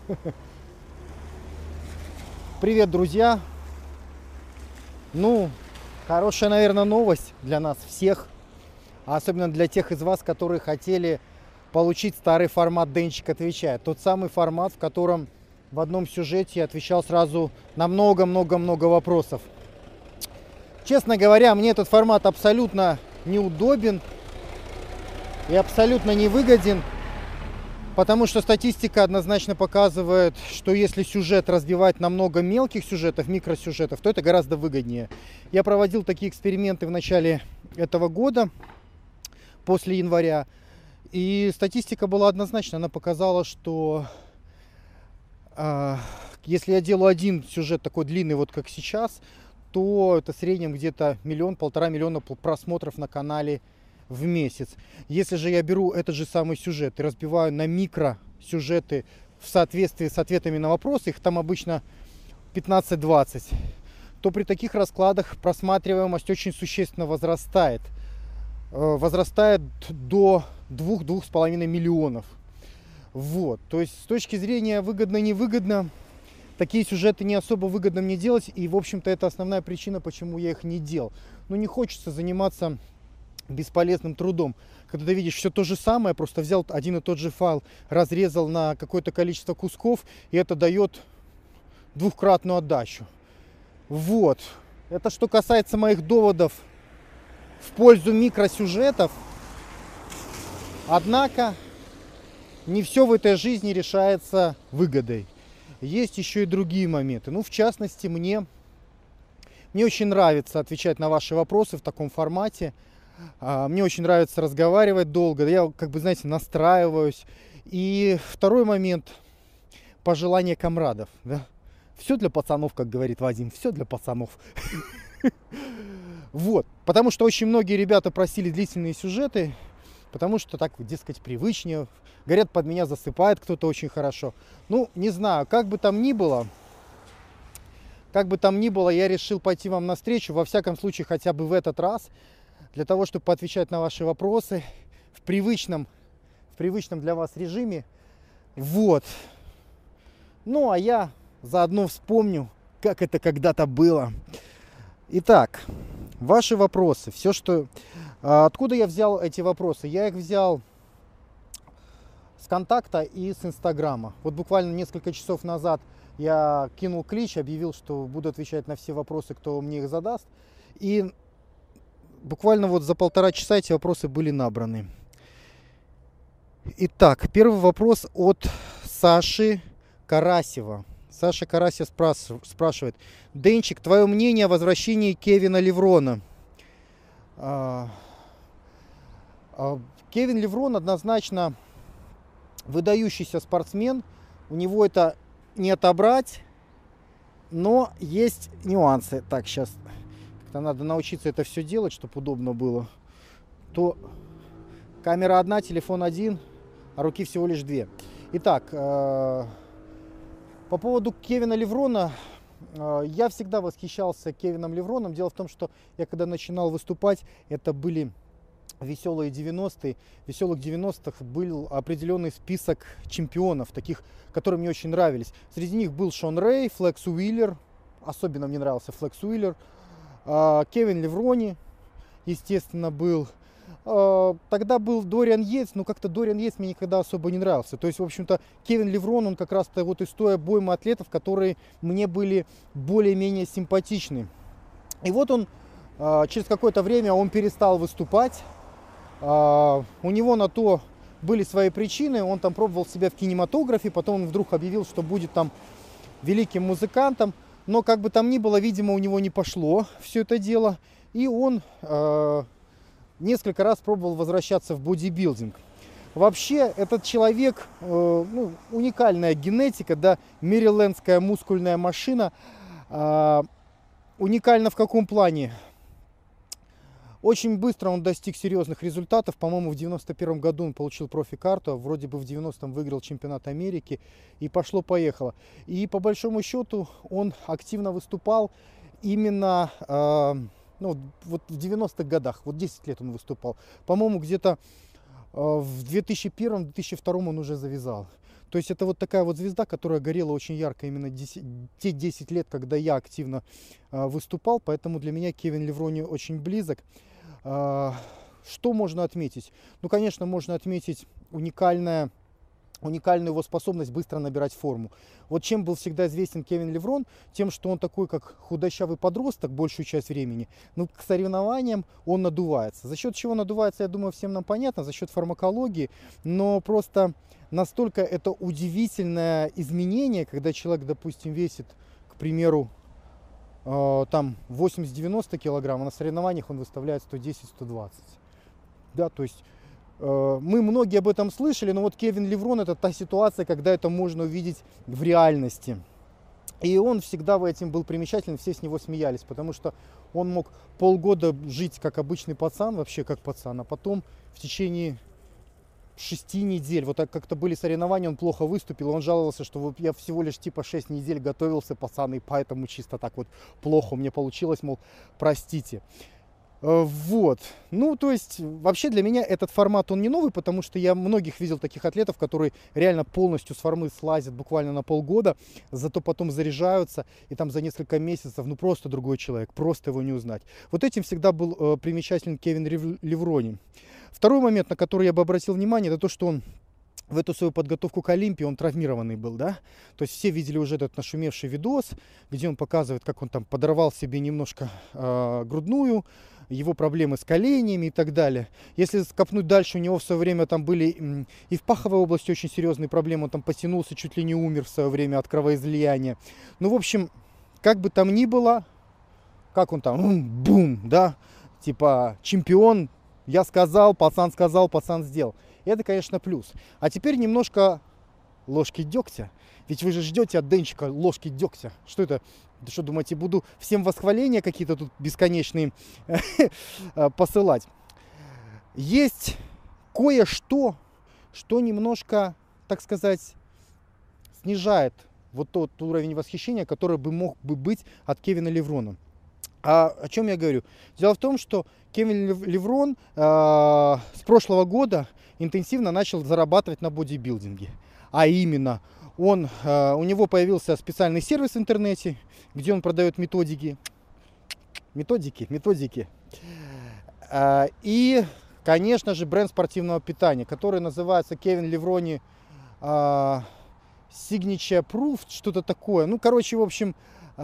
Привет, друзья! Ну, хорошая, наверное, новость для нас всех, а особенно для тех из вас, которые хотели получить старый формат «Денчик отвечает». Тот самый формат, в котором в одном сюжете я отвечал сразу на много-много-много вопросов. Честно говоря, мне этот формат абсолютно неудобен и абсолютно невыгоден, потому что статистика однозначно показывает, что если сюжет разбивать на много мелких сюжетов, микросюжетов, то это гораздо выгоднее. Я проводил такие эксперименты в начале этого года, после января, и статистика была однозначна. Она показала, что если я делаю один сюжет такой длинный, вот как сейчас, то это в среднем где-то 1-1,5 миллиона просмотров на канале в месяц. Если же я беру этот же самый сюжет и разбиваю на микросюжеты в соответствии с ответами на вопросы, их там обычно 15-20, то при таких раскладах просматриваемость очень существенно возрастает. Возрастает до 2-2,5 миллионов. Вот. То есть с точки зрения выгодно-невыгодно, такие сюжеты не особо выгодно мне делать. И, в общем-то, это основная причина, почему я их не делал. Но не хочется заниматься бесполезным трудом. Когда ты видишь все то же самое, просто взял один и тот же файл, разрезал на какое-то количество кусков, и это дает двухкратную отдачу. Вот. Это что касается моих доводов в пользу микросюжетов. Однако не все в этой жизни решается выгодой. Есть еще и другие моменты. Ну, в частности, мне очень нравится отвечать на ваши вопросы в таком формате. Мне очень нравится разговаривать долго. Я, как бы, знаете, настраиваюсь. И второй момент – пожелание комрадов. Да? Все для пацанов, как говорит Вадим. Все для пацанов. Вот. Потому что очень многие ребята просили длительные сюжеты. Потому что так, дескать, привычнее. Говорят, под меня засыпает кто-то очень хорошо. Ну, не знаю, как бы там ни было, я решил пойти вам навстречу. Во всяком случае, хотя бы в этот раз. Для того, чтобы поотвечать на ваши вопросы в привычном для вас режиме. Вот. Ну, а я заодно вспомню, как это когда-то было. Итак, ваши вопросы. Все, что... Откуда я взял эти вопросы? Я их взял с контакта и с Инстаграма. Вот буквально несколько часов назад я кинул клич, объявил, что буду отвечать на все вопросы, кто мне их задаст. И буквально вот за 1,5 часа эти вопросы были набраны. Итак, первый вопрос от Саши Карасева. Саша Карасев спрашивает: Денчик, твое мнение о возвращении Кевина Леврона? Кевин Леврон однозначно выдающийся спортсмен. У него это не отобрать, но есть нюансы. Так, сейчас надо научиться это все делать, чтобы удобно было. То камера одна, телефон один, а руки всего лишь 2. Итак, по поводу Кевина Леврона. Я всегда восхищался Кевином Левроном. Дело в том, что я когда начинал выступать, это были веселые 90-е. В веселых 90-х был определенный список чемпионов, таких, которые мне очень нравились. Среди них был Шон Рэй, Флекс Уиллер. Особенно мне нравился Флекс Уиллер. Кевин Леврони, естественно, был. Тогда был Дориан Йейтс, но как-то Дориан Йейтс мне никогда особо не нравился. То есть, в общем-то, Кевин Леврон, он как раз-то вот из той обоймы атлетов, которые мне были более-менее симпатичны. И вот он, через какое-то время он перестал выступать. У него на то были свои причины. Он там пробовал себя в кинематографе, потом он вдруг объявил, что будет там великим музыкантом. Но как бы там ни было, видимо, у него не пошло все это дело. И он несколько раз пробовал возвращаться в бодибилдинг. Вообще, этот человек, уникальная генетика, да, мэрилендская мускульная машина. Уникально в каком плане? Очень быстро он достиг серьезных результатов. По-моему, в 91 году он получил профи-карту. Вроде бы в 90-м выиграл чемпионат Америки. И пошло-поехало. И по большому счету он активно выступал именно вот в 90-х годах. Вот 10 лет он выступал. По-моему, где-то в 2001-2002 он уже завязал. То есть это вот такая вот звезда, которая горела очень ярко именно те 10 лет, когда я активно выступал. Поэтому для меня Кевин Леврони очень близок. Что можно отметить? Ну, конечно, можно отметить уникальную его способность быстро набирать форму. Вот чем был всегда известен Кевин Леврон, тем, что он такой, как худощавый подросток большую часть времени, но к соревнованиям он надувается. За счет чего надувается, я думаю, всем нам понятно, за счет фармакологии, но просто настолько это удивительное изменение, когда человек, допустим, весит, к примеру, там 80-90 килограмм, а на соревнованиях он выставляет 110-120. Да, то есть мы многие об этом слышали, но вот Кевин Леврон — это та ситуация, когда это можно увидеть в реальности. И он всегда в этом был примечателен, все с него смеялись, потому что он мог полгода жить как обычный пацан, вообще как пацан, а потом в течение 6 недель, вот так как-то были соревнования, он плохо выступил, он жаловался, что я всего лишь типа 6 недель готовился, пацан, и поэтому чисто так вот плохо мне получилось, мол, простите. Вот, ну, то есть, вообще для меня этот формат, он не новый, потому что я многих видел таких атлетов, которые реально полностью с формы слазят буквально на полгода, зато потом заряжаются, и там за несколько месяцев, ну, просто другой человек, просто его не узнать. Вот этим всегда был примечателен Кевин Леврони. Второй момент, на который я бы обратил внимание, это то, что он в эту свою подготовку к Олимпии, он травмированный был, да, то есть все видели уже этот нашумевший видос, где он показывает, как он там подорвал себе немножко грудную, его проблемы с коленями и так далее. Если скопнуть дальше, у него в свое время там были и в паховой области очень серьезные проблемы, он там потянулся, чуть ли не умер в свое время от кровоизлияния. Ну, в общем, как бы там ни было, как он там, бум, да, типа чемпион, я сказал, пацан сделал. И это, конечно, плюс. А теперь немножко ложки дегтя. Ведь вы же ждете от Денчика ложки дегтя. Что это? Да что, думаете, буду всем восхваления какие-то тут бесконечные посылать? Есть кое-что, что немножко, так сказать, снижает вот тот уровень восхищения, который бы мог бы быть от Кевина Леврона. А о чем я говорю? Дело в том, что Кевин Леврон с прошлого года интенсивно начал зарабатывать на бодибилдинге. А именно, у него появился специальный сервис в интернете, где он продает методики. И, конечно же, бренд спортивного питания, который называется Кевин Леврони Signature Proof, что-то такое. Ну, короче, в общем,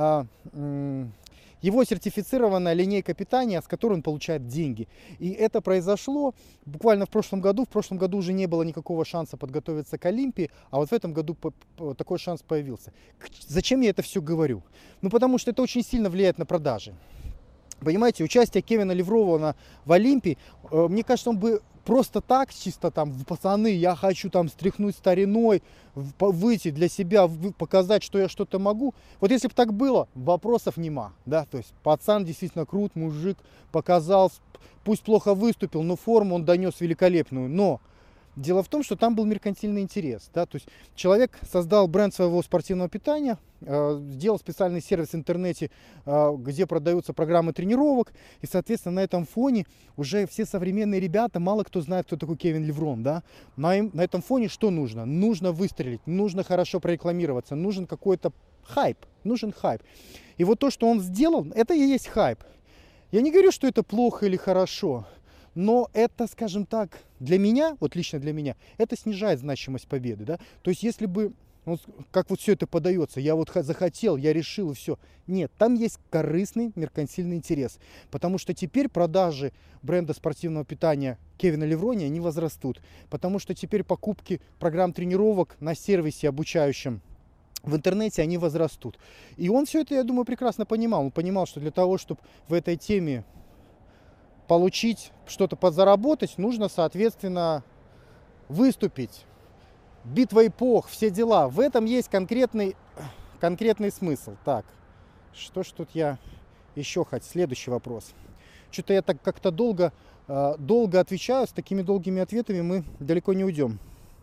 его сертифицированная линейка питания, с которой он получает деньги. И это произошло буквально в прошлом году. В прошлом году уже не было никакого шанса подготовиться к Олимпии, а вот в этом году такой шанс появился. Зачем я это все говорю? Ну, потому что это очень сильно влияет на продажи. Понимаете, участие Кевина Леврона в Олимпии, мне кажется, он бы просто так, чисто там, пацаны, я хочу там стряхнуть стариной, выйти для себя, показать, что я что-то могу. Вот если бы так было, вопросов нема, да, то есть пацан действительно крут, мужик, показал, пусть плохо выступил, но форму он донес великолепную, но дело в том, что там был меркантильный интерес, да, то есть человек создал бренд своего спортивного питания, сделал специальный сервис в интернете, где продаются программы тренировок, и, соответственно, на этом фоне уже все современные ребята, мало кто знает, кто такой Кевин Леврон, да, на этом фоне что нужно? Нужно выстрелить, нужно хорошо прорекламироваться, нужен какой-то хайп, нужен хайп. И вот то, что он сделал, это и есть хайп. Я не говорю, что это плохо или хорошо, но это, скажем так, для меня, вот лично для меня, это снижает значимость победы, да. То есть, если бы, вот, как вот все это подается, я вот захотел, я решил и все. Нет, там есть корыстный меркантильный интерес, потому что теперь продажи бренда спортивного питания Кевина Леврони не возрастут, потому что теперь покупки программ тренировок на сервисе обучающем в интернете, они возрастут. И он все это, я думаю, прекрасно понимал. Он понимал, что для того, чтобы в этой теме получить что-то подзаработать, нужно, соответственно, выступить. Битва эпох, все дела. В этом есть конкретный смысл. Так, что ж тут я еще хоть? Следующий вопрос. Что-то я так как-то долго отвечаю, с такими долгими ответами мы далеко не уйдем.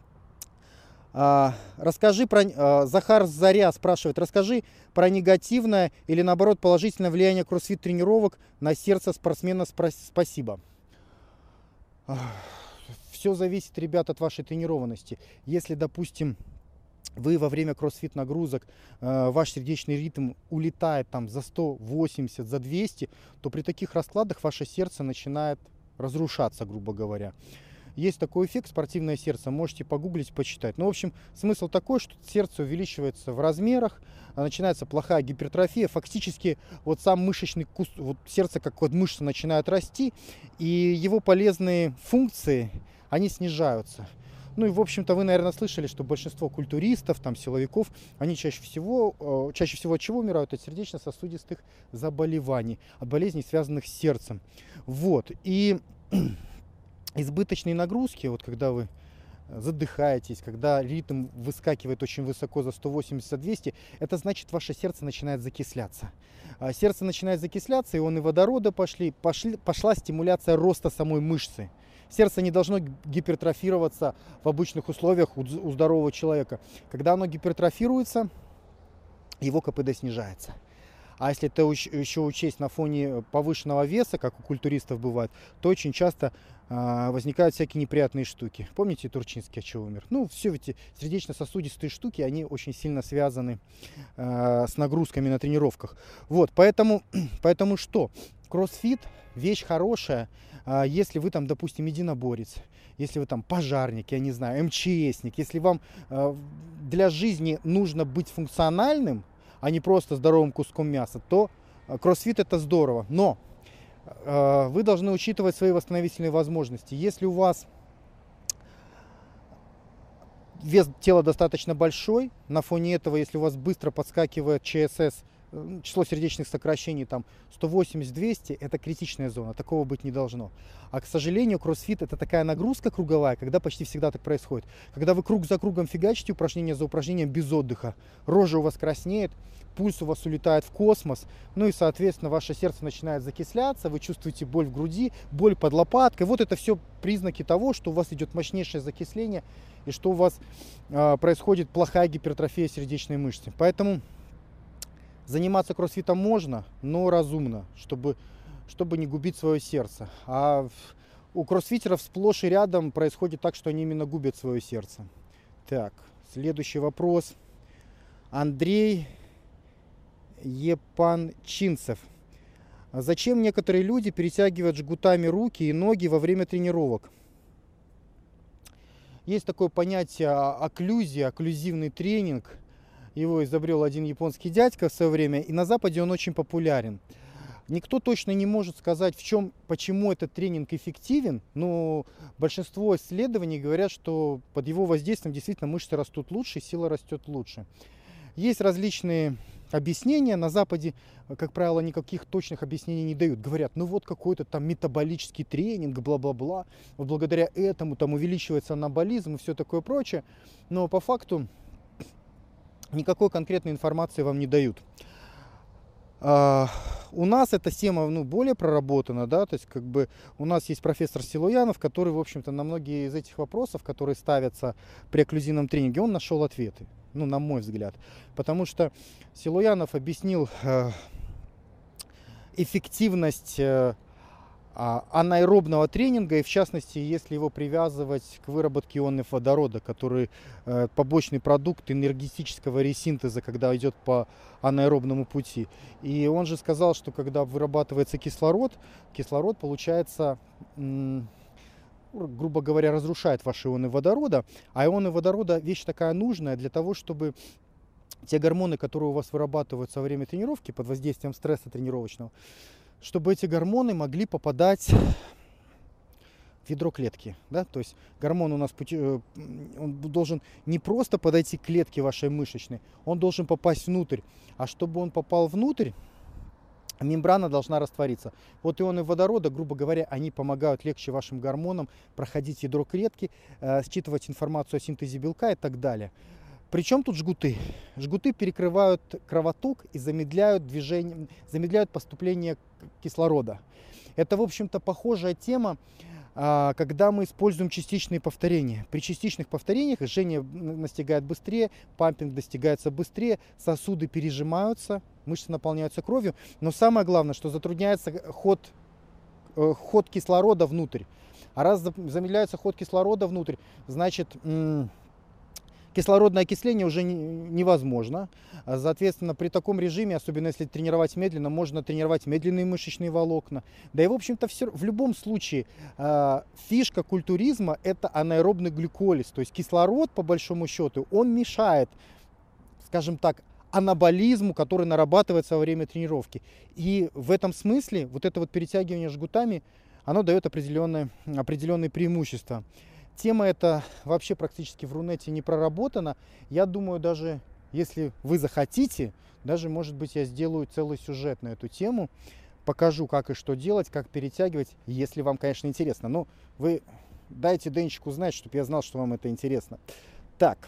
Расскажи про... Захар Заря спрашивает, расскажи про негативное или наоборот положительное влияние кроссфит тренировок на сердце спортсмена. Спасибо. Все зависит, ребят, от вашей тренированности. Если, допустим, вы во время кроссфит нагрузок, ваш сердечный ритм улетает там за 180, за 200, то при таких раскладах ваше сердце начинает разрушаться, грубо говоря. Есть такой эффект спортивное сердце, можете погуглить, почитать. Ну, в общем, смысл такой, что сердце увеличивается в размерах, начинается плохая гипертрофия, фактически вот сам мышечный вот сердце, как вот мышцы начинают расти, и его полезные функции, они снижаются. Ну и, в общем-то, вы, наверное, слышали, что большинство культуристов, там, силовиков, они чаще всего от чего умирают? От сердечно-сосудистых заболеваний, от болезней, связанных с сердцем. Вот, и избыточные нагрузки, вот когда вы задыхаетесь, когда ритм выскакивает очень высоко за 180-200, это значит, ваше сердце начинает закисляться. Сердце начинает закисляться, ионы водорода пошла стимуляция роста самой мышцы. Сердце не должно гипертрофироваться в обычных условиях у здорового человека. Когда оно гипертрофируется, его КПД снижается. А если это еще учесть на фоне повышенного веса, как у культуристов бывает, то очень часто возникают всякие неприятные штуки. Помните Турчинский, от чего умер? Ну, все эти сердечно-сосудистые штуки, они очень сильно связаны с нагрузками на тренировках. Вот, поэтому что? Кроссфит вещь хорошая, если вы там, допустим, единоборец, если вы там пожарник, я не знаю, МЧСник, если вам для жизни нужно быть функциональным, а не просто здоровым куском мяса, то кроссфит это здорово. Но вы должны учитывать свои восстановительные возможности. Если у вас вес тела достаточно большой, на фоне этого, если у вас быстро подскакивает ЧСС, число сердечных сокращений там 180-200, это критичная зона, такого быть не должно. А, к сожалению, кроссфит это такая нагрузка круговая, когда почти всегда так происходит. Когда вы круг за кругом фигачите, упражнение за упражнением без отдыха, рожа у вас краснеет, пульс у вас улетает в космос, ну и, соответственно, ваше сердце начинает закисляться, вы чувствуете боль в груди, боль под лопаткой. Вот это все признаки того, что у вас идет мощнейшее закисление и что у вас происходит плохая гипертрофия сердечной мышцы. Поэтому заниматься кроссфитом можно, но разумно, чтобы не губить свое сердце. А у кроссфитеров сплошь и рядом происходит так, что они именно губят свое сердце. Так, следующий вопрос. Андрей Епанчинцев. Зачем некоторые люди перетягивают жгутами руки и ноги во время тренировок? Есть такое понятие окклюзия, окклюзивный тренинг. Его изобрел один японский дядька в свое время, и на Западе он очень популярен. Никто точно не может сказать, почему этот тренинг эффективен, но большинство исследований говорят, что под его воздействием действительно мышцы растут лучше, сила растет лучше. Есть различные объяснения. На Западе, как правило, никаких точных объяснений не дают. Говорят, ну вот какой-то там метаболический тренинг, бла-бла-бла. Вот благодаря этому там увеличивается анаболизм и все такое прочее. Но по факту никакой конкретной информации вам не дают. У нас эта тема более проработана, да, то есть как бы у нас есть профессор Силуянов, который, в общем-то, на многие из этих вопросов, которые ставятся при окклюзивном тренинге, он нашел ответы, на мой взгляд. Потому что Силуянов объяснил эффективность анаэробного тренинга, и в частности, если его привязывать к выработке ионов водорода, который побочный продукт энергетического ресинтеза, когда идет по анаэробному пути. И он же сказал, что когда вырабатывается кислород получается, грубо говоря, разрушает ваши ионы водорода, а ионы водорода вещь такая нужная для того, чтобы те гормоны, которые у вас вырабатываются во время тренировки под воздействием стресса тренировочного, чтобы эти гормоны могли попадать в ядро клетки. Да? То есть гормон у нас он должен не просто подойти к клетке вашей мышечной, он должен попасть внутрь. А чтобы он попал внутрь, мембрана должна раствориться. Вот ионы водорода, грубо говоря, они помогают легче вашим гормонам проходить ядро клетки, считывать информацию о синтезе белка и так далее. Причем тут жгуты? Жгуты перекрывают кровоток и замедляют движение, замедляют поступление кислорода. Это, в общем-то, похожая тема, когда мы используем частичные повторения. При частичных повторениях жжение настигает быстрее, пампинг достигается быстрее, сосуды пережимаются, мышцы наполняются кровью. Но самое главное, что затрудняется ход кислорода внутрь. А раз замедляется ход кислорода внутрь, значит, кислородное окисление уже невозможно. Соответственно, при таком режиме, особенно если тренировать медленно, можно тренировать медленные мышечные волокна. Да и, в общем-то, в любом случае фишка культуризма – это анаэробный гликолиз. То есть кислород, по большому счету, он мешает, скажем так, анаболизму, который нарабатывается во время тренировки. И в этом смысле вот это вот перетягивание жгутами, оно дает определенные преимущества. Тема эта вообще практически в Рунете не проработана. Я думаю, даже если вы захотите, даже, может быть, я сделаю целый сюжет на эту тему. Покажу, как и что делать, как перетягивать, если вам, конечно, интересно. Но вы дайте Денчику знать, чтобы я знал, что вам это интересно. Так.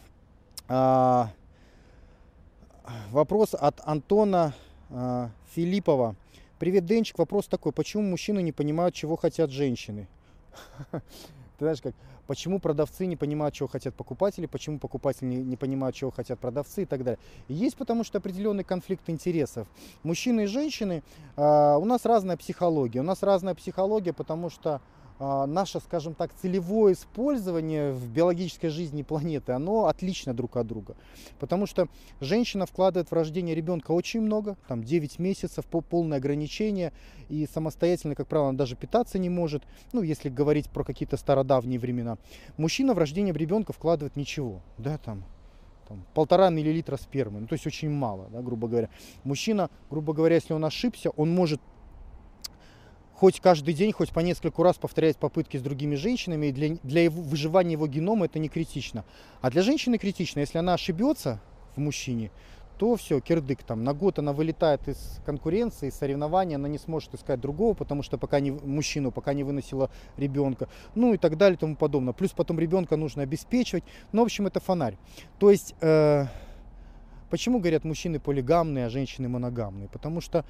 Вопрос от Антона Филиппова. Привет, Денчик. Вопрос такой. Почему мужчины не понимают, чего хотят женщины? Ты знаешь, как, почему продавцы не понимают, чего хотят покупатели, почему покупатели не понимают, чего хотят продавцы и так далее. Есть потому что определенный конфликт интересов. Мужчины и женщины, у нас разная психология. У нас разная психология, потому что наше, скажем так, целевое использование в биологической жизни планеты, оно отлично друг от друга. Потому что женщина вкладывает в рождение ребенка очень много, там 9 месяцев, полное ограничение, и самостоятельно, как правило, она даже питаться не может, ну, если говорить про какие-то стародавние времена. Мужчина в рождение ребенка вкладывает ничего, да, там 1,5 миллилитра спермы, ну, то есть очень мало, да, грубо говоря. Мужчина, грубо говоря, если он ошибся, он может хоть каждый день, хоть по нескольку раз повторять попытки с другими женщинами, и для выживания его генома это не критично. А для женщины критично, если она ошибется в мужчине, то все, кирдык, там, на год она вылетает из конкуренции, из соревнований, она не сможет искать другого, потому что пока мужчину, пока не выносила ребенка, ну и так далее и тому подобное. Плюс потом ребенка нужно обеспечивать, ну, в общем, это фонарь. То есть, почему говорят мужчины полигамные, а женщины моногамные? Потому что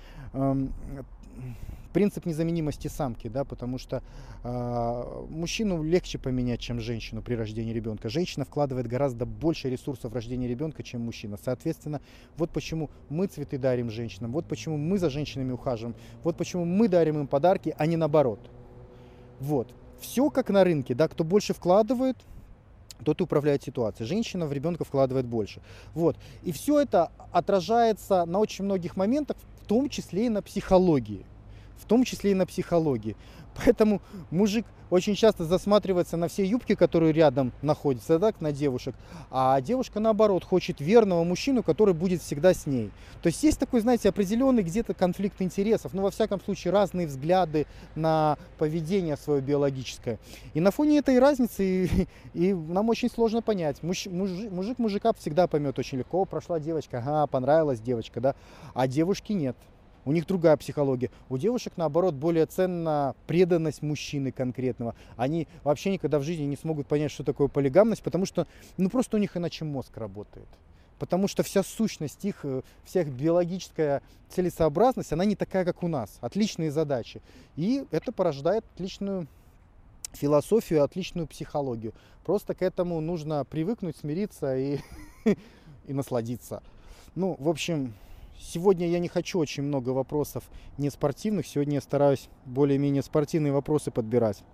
принцип незаменимости самки, да, потому что мужчину легче поменять, чем женщину при рождении ребенка. Женщина вкладывает гораздо больше ресурсов в рождение ребенка, чем мужчина. Соответственно, вот почему мы цветы дарим женщинам, вот почему мы за женщинами ухаживаем, вот почему мы дарим им подарки, а не наоборот. Вот. Все как на рынке, да, кто больше вкладывает, тот и управляет ситуацией. Женщина в ребенка вкладывает больше. Вот. И все это отражается на очень многих моментах, в том числе и на психологии. В том числе и на психологии. Поэтому мужик очень часто засматривается на все юбки, которые рядом находятся, так, на девушек. А девушка, наоборот, хочет верного мужчину, который будет всегда с ней. То есть есть такой, знаете, определенный где-то конфликт интересов. Но во всяком случае разные взгляды на поведение свое биологическое. И на фоне этой разницы и нам очень сложно понять. Мужик мужика всегда поймет очень легко. Прошла девочка, ага, понравилась девочка, да. А девушки нет. У них другая психология. У девушек, наоборот, более ценна преданность мужчины конкретного. Они вообще никогда в жизни не смогут понять, что такое полигамность, потому что, ну, просто у них иначе мозг работает. Потому что вся сущность их, вся их биологическая целесообразность, она не такая, как у нас. Отличные задачи. И это порождает отличную философию, отличную психологию. Просто к этому нужно привыкнуть, смириться и насладиться. Ну, в общем... Сегодня я не хочу очень много вопросов не спортивных. Сегодня я стараюсь более-менее спортивные вопросы подбирать.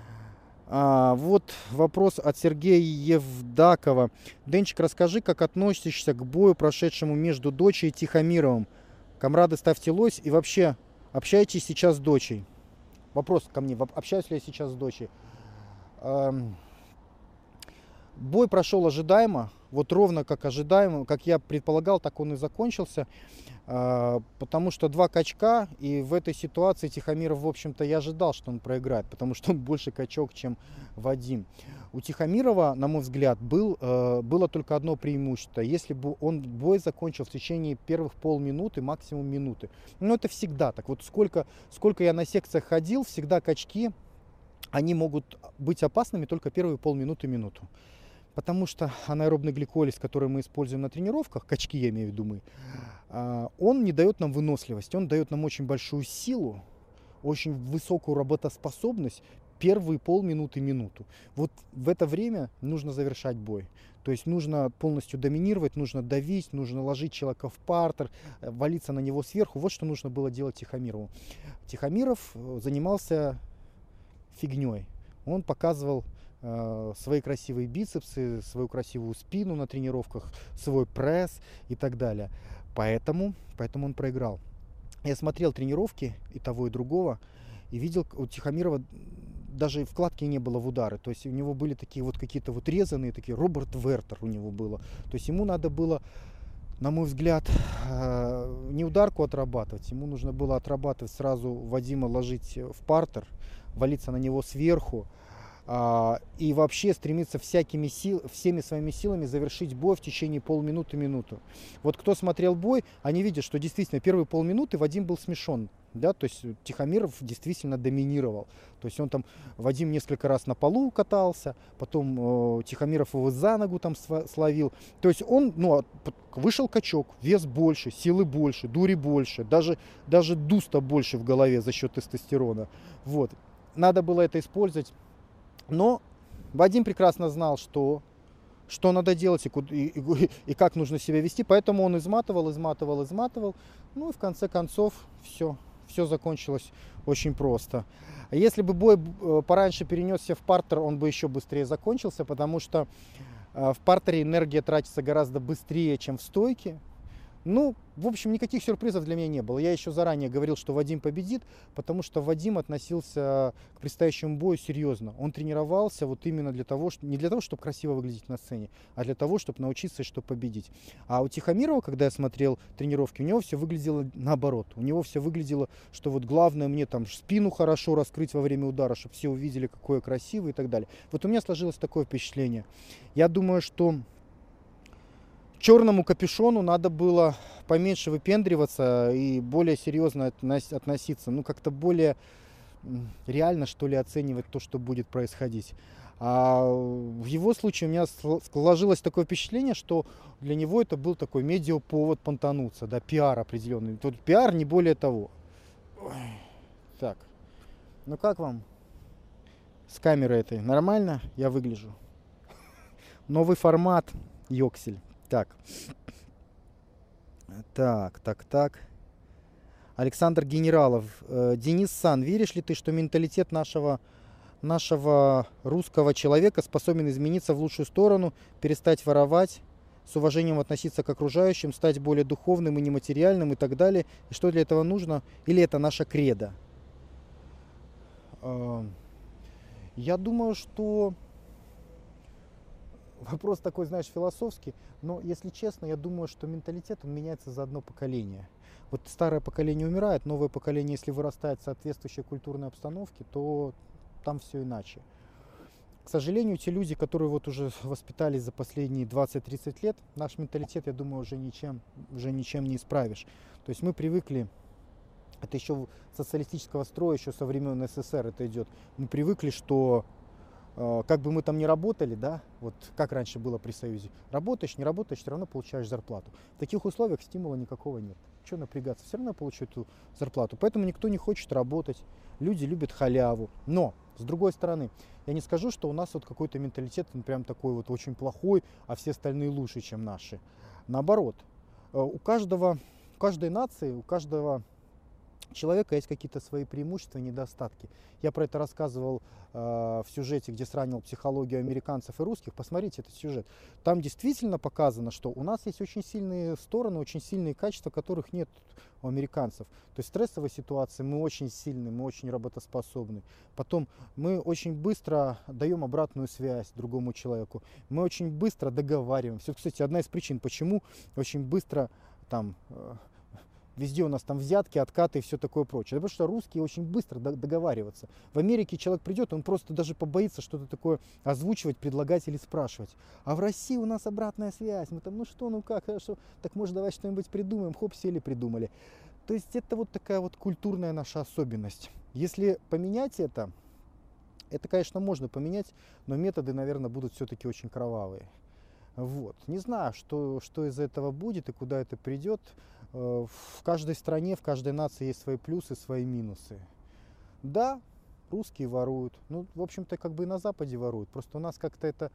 Вот вопрос от Сергея Евдакова. Денчик, расскажи, как относишься к бою, прошедшему между Дочей и Тихомировым? Камрады, ставьте лось. И вообще, общаетесь сейчас с Дочей? Вопрос ко мне. Общаюсь ли я сейчас с Дочей? Бой прошел ожидаемо. Вот ровно как ожидаемо, как я предполагал, так он и закончился. Потому что 2 качка, и в этой ситуации Тихомиров, в общем-то, я ожидал, что он проиграет, потому что он больше качок, чем Вадим. У Тихомирова, на мой взгляд, было только одно преимущество. Если бы он бой закончил в течение первых полминуты, максимум минуты. Но это всегда так. Вот сколько я на секциях ходил, всегда качки, они могут быть опасными только первые полминуты-минуту. Потому что анаэробный гликолиз, который мы используем на тренировках, качки я имею в виду он не дает нам выносливость, он дает нам очень большую силу, очень высокую работоспособность первые полминуты-минуту. Вот в это время нужно завершать бой. То есть нужно полностью доминировать, нужно давить, нужно ложить человека в партер, валиться на него сверху. Вот что нужно было делать Тихомирову. Тихомиров занимался фигней. Он показывал свои красивые бицепсы, свою красивую спину на тренировках, свой пресс и так далее. Поэтому он проиграл. Я смотрел тренировки и того, и другого, и видел, у Тихомирова даже вкладки не было в удары. То есть у него были такие вот какие-то вот резаные, такие, Роберт Вертер у него было. То есть ему надо было, на мой взгляд, не ударку отрабатывать, ему нужно было отрабатывать сразу Вадима, ложить в партер, валиться на него сверху, и вообще стремиться всеми своими силами завершить бой в течение полминуты-минуту. Вот кто смотрел бой, они видят, что действительно первые полминуты Вадим был смешон. Да, то есть Тихомиров действительно доминировал. То есть он там, Вадим несколько раз на полу катался, потом Тихомиров его за ногу там словил. То есть он, вышел качок, вес больше, силы больше, дури больше, даже дуста больше в голове за счет тестостерона. Вот. Надо было это использовать. Но Вадим прекрасно знал, что надо делать и как нужно себя вести, поэтому он изматывал. Ну и в конце концов все закончилось очень просто. Если бы бой пораньше перенесся в партер, он бы еще быстрее закончился, потому что в партере энергия тратится гораздо быстрее, чем в стойке. Ну, в общем, никаких сюрпризов для меня не было. Я еще заранее говорил, что Вадим победит, потому что Вадим относился к предстоящему бою серьезно. Он тренировался вот именно не для того, чтобы красиво выглядеть на сцене, а для того, чтобы научиться и чтобы победить. А у Тихомирова, когда я смотрел тренировки, у него все выглядело наоборот. У него все выглядело, что вот главное мне там спину хорошо раскрыть во время удара, чтобы все увидели, какой я красивый и так далее. Вот у меня сложилось такое впечатление. Я думаю, что черному капюшону надо было поменьше выпендриваться и более серьезно относиться, как-то более реально, что ли, оценивать то, что будет происходить. А в его случае у меня сложилось такое впечатление, что для него это был такой медиаповод понтануться, да, пиар определенный. Тут пиар, не более того. Ой. Так, как вам с камерой этой? Нормально я выгляжу? Новый формат, Йоксель. Так. Александр Генералов. Денис Сан, веришь ли ты, что менталитет нашего русского человека способен измениться в лучшую сторону, перестать воровать, с уважением относиться к окружающим, стать более духовным и нематериальным и так далее? И что для этого нужно? Или это наша кредо? Я думаю, что вопрос такой, знаешь, философский, но, если честно, я думаю, что менталитет, он меняется за одно поколение. Вот старое поколение умирает, новое поколение, если вырастает в соответствующей культурной обстановке, то там все иначе. К сожалению, те люди, которые вот уже воспитались за последние 20-30 лет, наш менталитет, я думаю, уже ничем не исправишь. То есть мы привыкли, это еще социалистического строя, еще со времен СССР это идет, мы привыкли, что как бы мы там ни работали, да, вот как раньше было при Союзе, работаешь, не работаешь, все равно получаешь зарплату. В таких условиях стимула никакого нет. Что напрягаться, все равно я получу эту зарплату. Поэтому никто не хочет работать, люди любят халяву. Но, с другой стороны, я не скажу, что у нас вот какой-то менталитет, он прям такой вот очень плохой, а все остальные лучше, чем наши. Наоборот, у каждой нации, у каждого человека есть какие-то свои преимущества и недостатки. Я про это рассказывал в сюжете, где сравнивал психологию американцев и русских. Посмотрите этот сюжет. Там действительно показано, что у нас есть очень сильные стороны, очень сильные качества, которых нет у американцев. То есть в стрессовой ситуации мы очень сильны, мы очень работоспособны. Потом мы очень быстро даем обратную связь другому человеку. Мы очень быстро договариваемся. Кстати, одна из причин, почему очень быстро там везде у нас там взятки, откаты и все такое прочее. Потому что русские очень быстро договариваются. В Америке человек придет, он просто даже побоится что-то такое озвучивать, предлагать или спрашивать. А в России у нас обратная связь. Мы там, как, хорошо, так может давай что-нибудь придумаем. Хоп, сели, придумали. То есть это вот такая вот культурная наша особенность. Если поменять это, конечно, можно поменять, но методы, наверное, будут все-таки очень кровавые. Вот. Не знаю, что из этого будет и куда это придет. В каждой стране, в каждой нации есть свои плюсы, свои минусы. Да, русские воруют. В общем-то, как бы и на Западе воруют. Просто у нас как-то это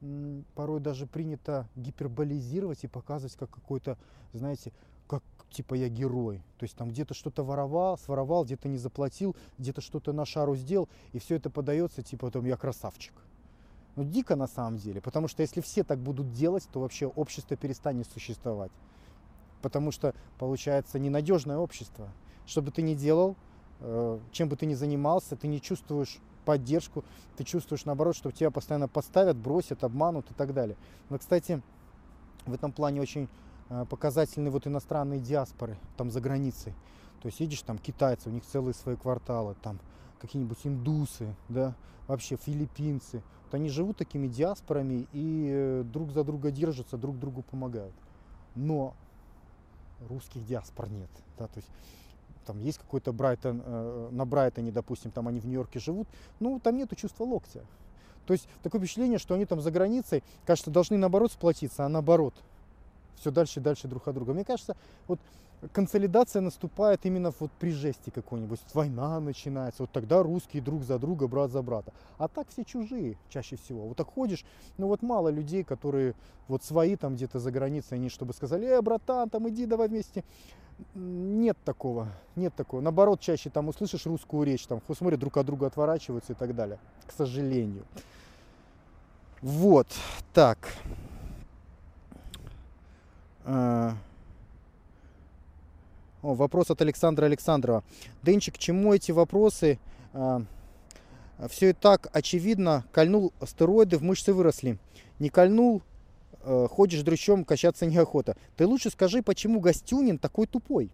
порой даже принято гиперболизировать и показывать как какой-то, знаете, как типа я герой. То есть там где-то что-то своровал, где-то не заплатил, где-то что-то на шару сделал, и все это подается типа там я красавчик. Ну, дико на самом деле, потому что если все так будут делать, то вообще общество перестанет существовать. Потому что получается ненадежное общество. Что бы ты ни делал, чем бы ты ни занимался, ты не чувствуешь поддержку, ты чувствуешь наоборот, что тебя постоянно подставят, бросят, обманут и так далее. Но, кстати, в этом плане очень показательны вот иностранные диаспоры там за границей. То есть видишь, там китайцы, у них целые свои кварталы, там какие-нибудь индусы, да, вообще филиппинцы. Вот они живут такими диаспорами и друг за друга держатся, друг другу помогают. Но русских диаспор нет, да, то есть там есть какой-то Брайтон, на Брайтоне, допустим, там они в Нью-Йорке живут, ну там нету чувства локтя. То есть такое впечатление, что они там за границей, кажется, должны наоборот сплотиться, а наоборот все дальше и дальше друг от друга. Мне кажется, вот консолидация наступает именно вот при жесте какой-нибудь, война начинается, вот тогда русские друг за друга, брат за брата. А так все чужие чаще всего. Вот так ходишь, ну вот мало людей, которые вот свои там где-то за границей, они чтобы сказали, братан, там иди давай вместе. Нет такого, нет такого. Наоборот, чаще там услышишь русскую речь, там смотрят друг от друга, отворачиваются и так далее. К сожалению. Вот, так. Вопрос от Александра Александрова. Денчик, к чему эти вопросы? Все и так очевидно. Кольнул стероиды, в мышцы выросли. Не кольнул, ходишь дрыщом, качаться неохота. Ты лучше скажи, почему Гостюнин такой тупой?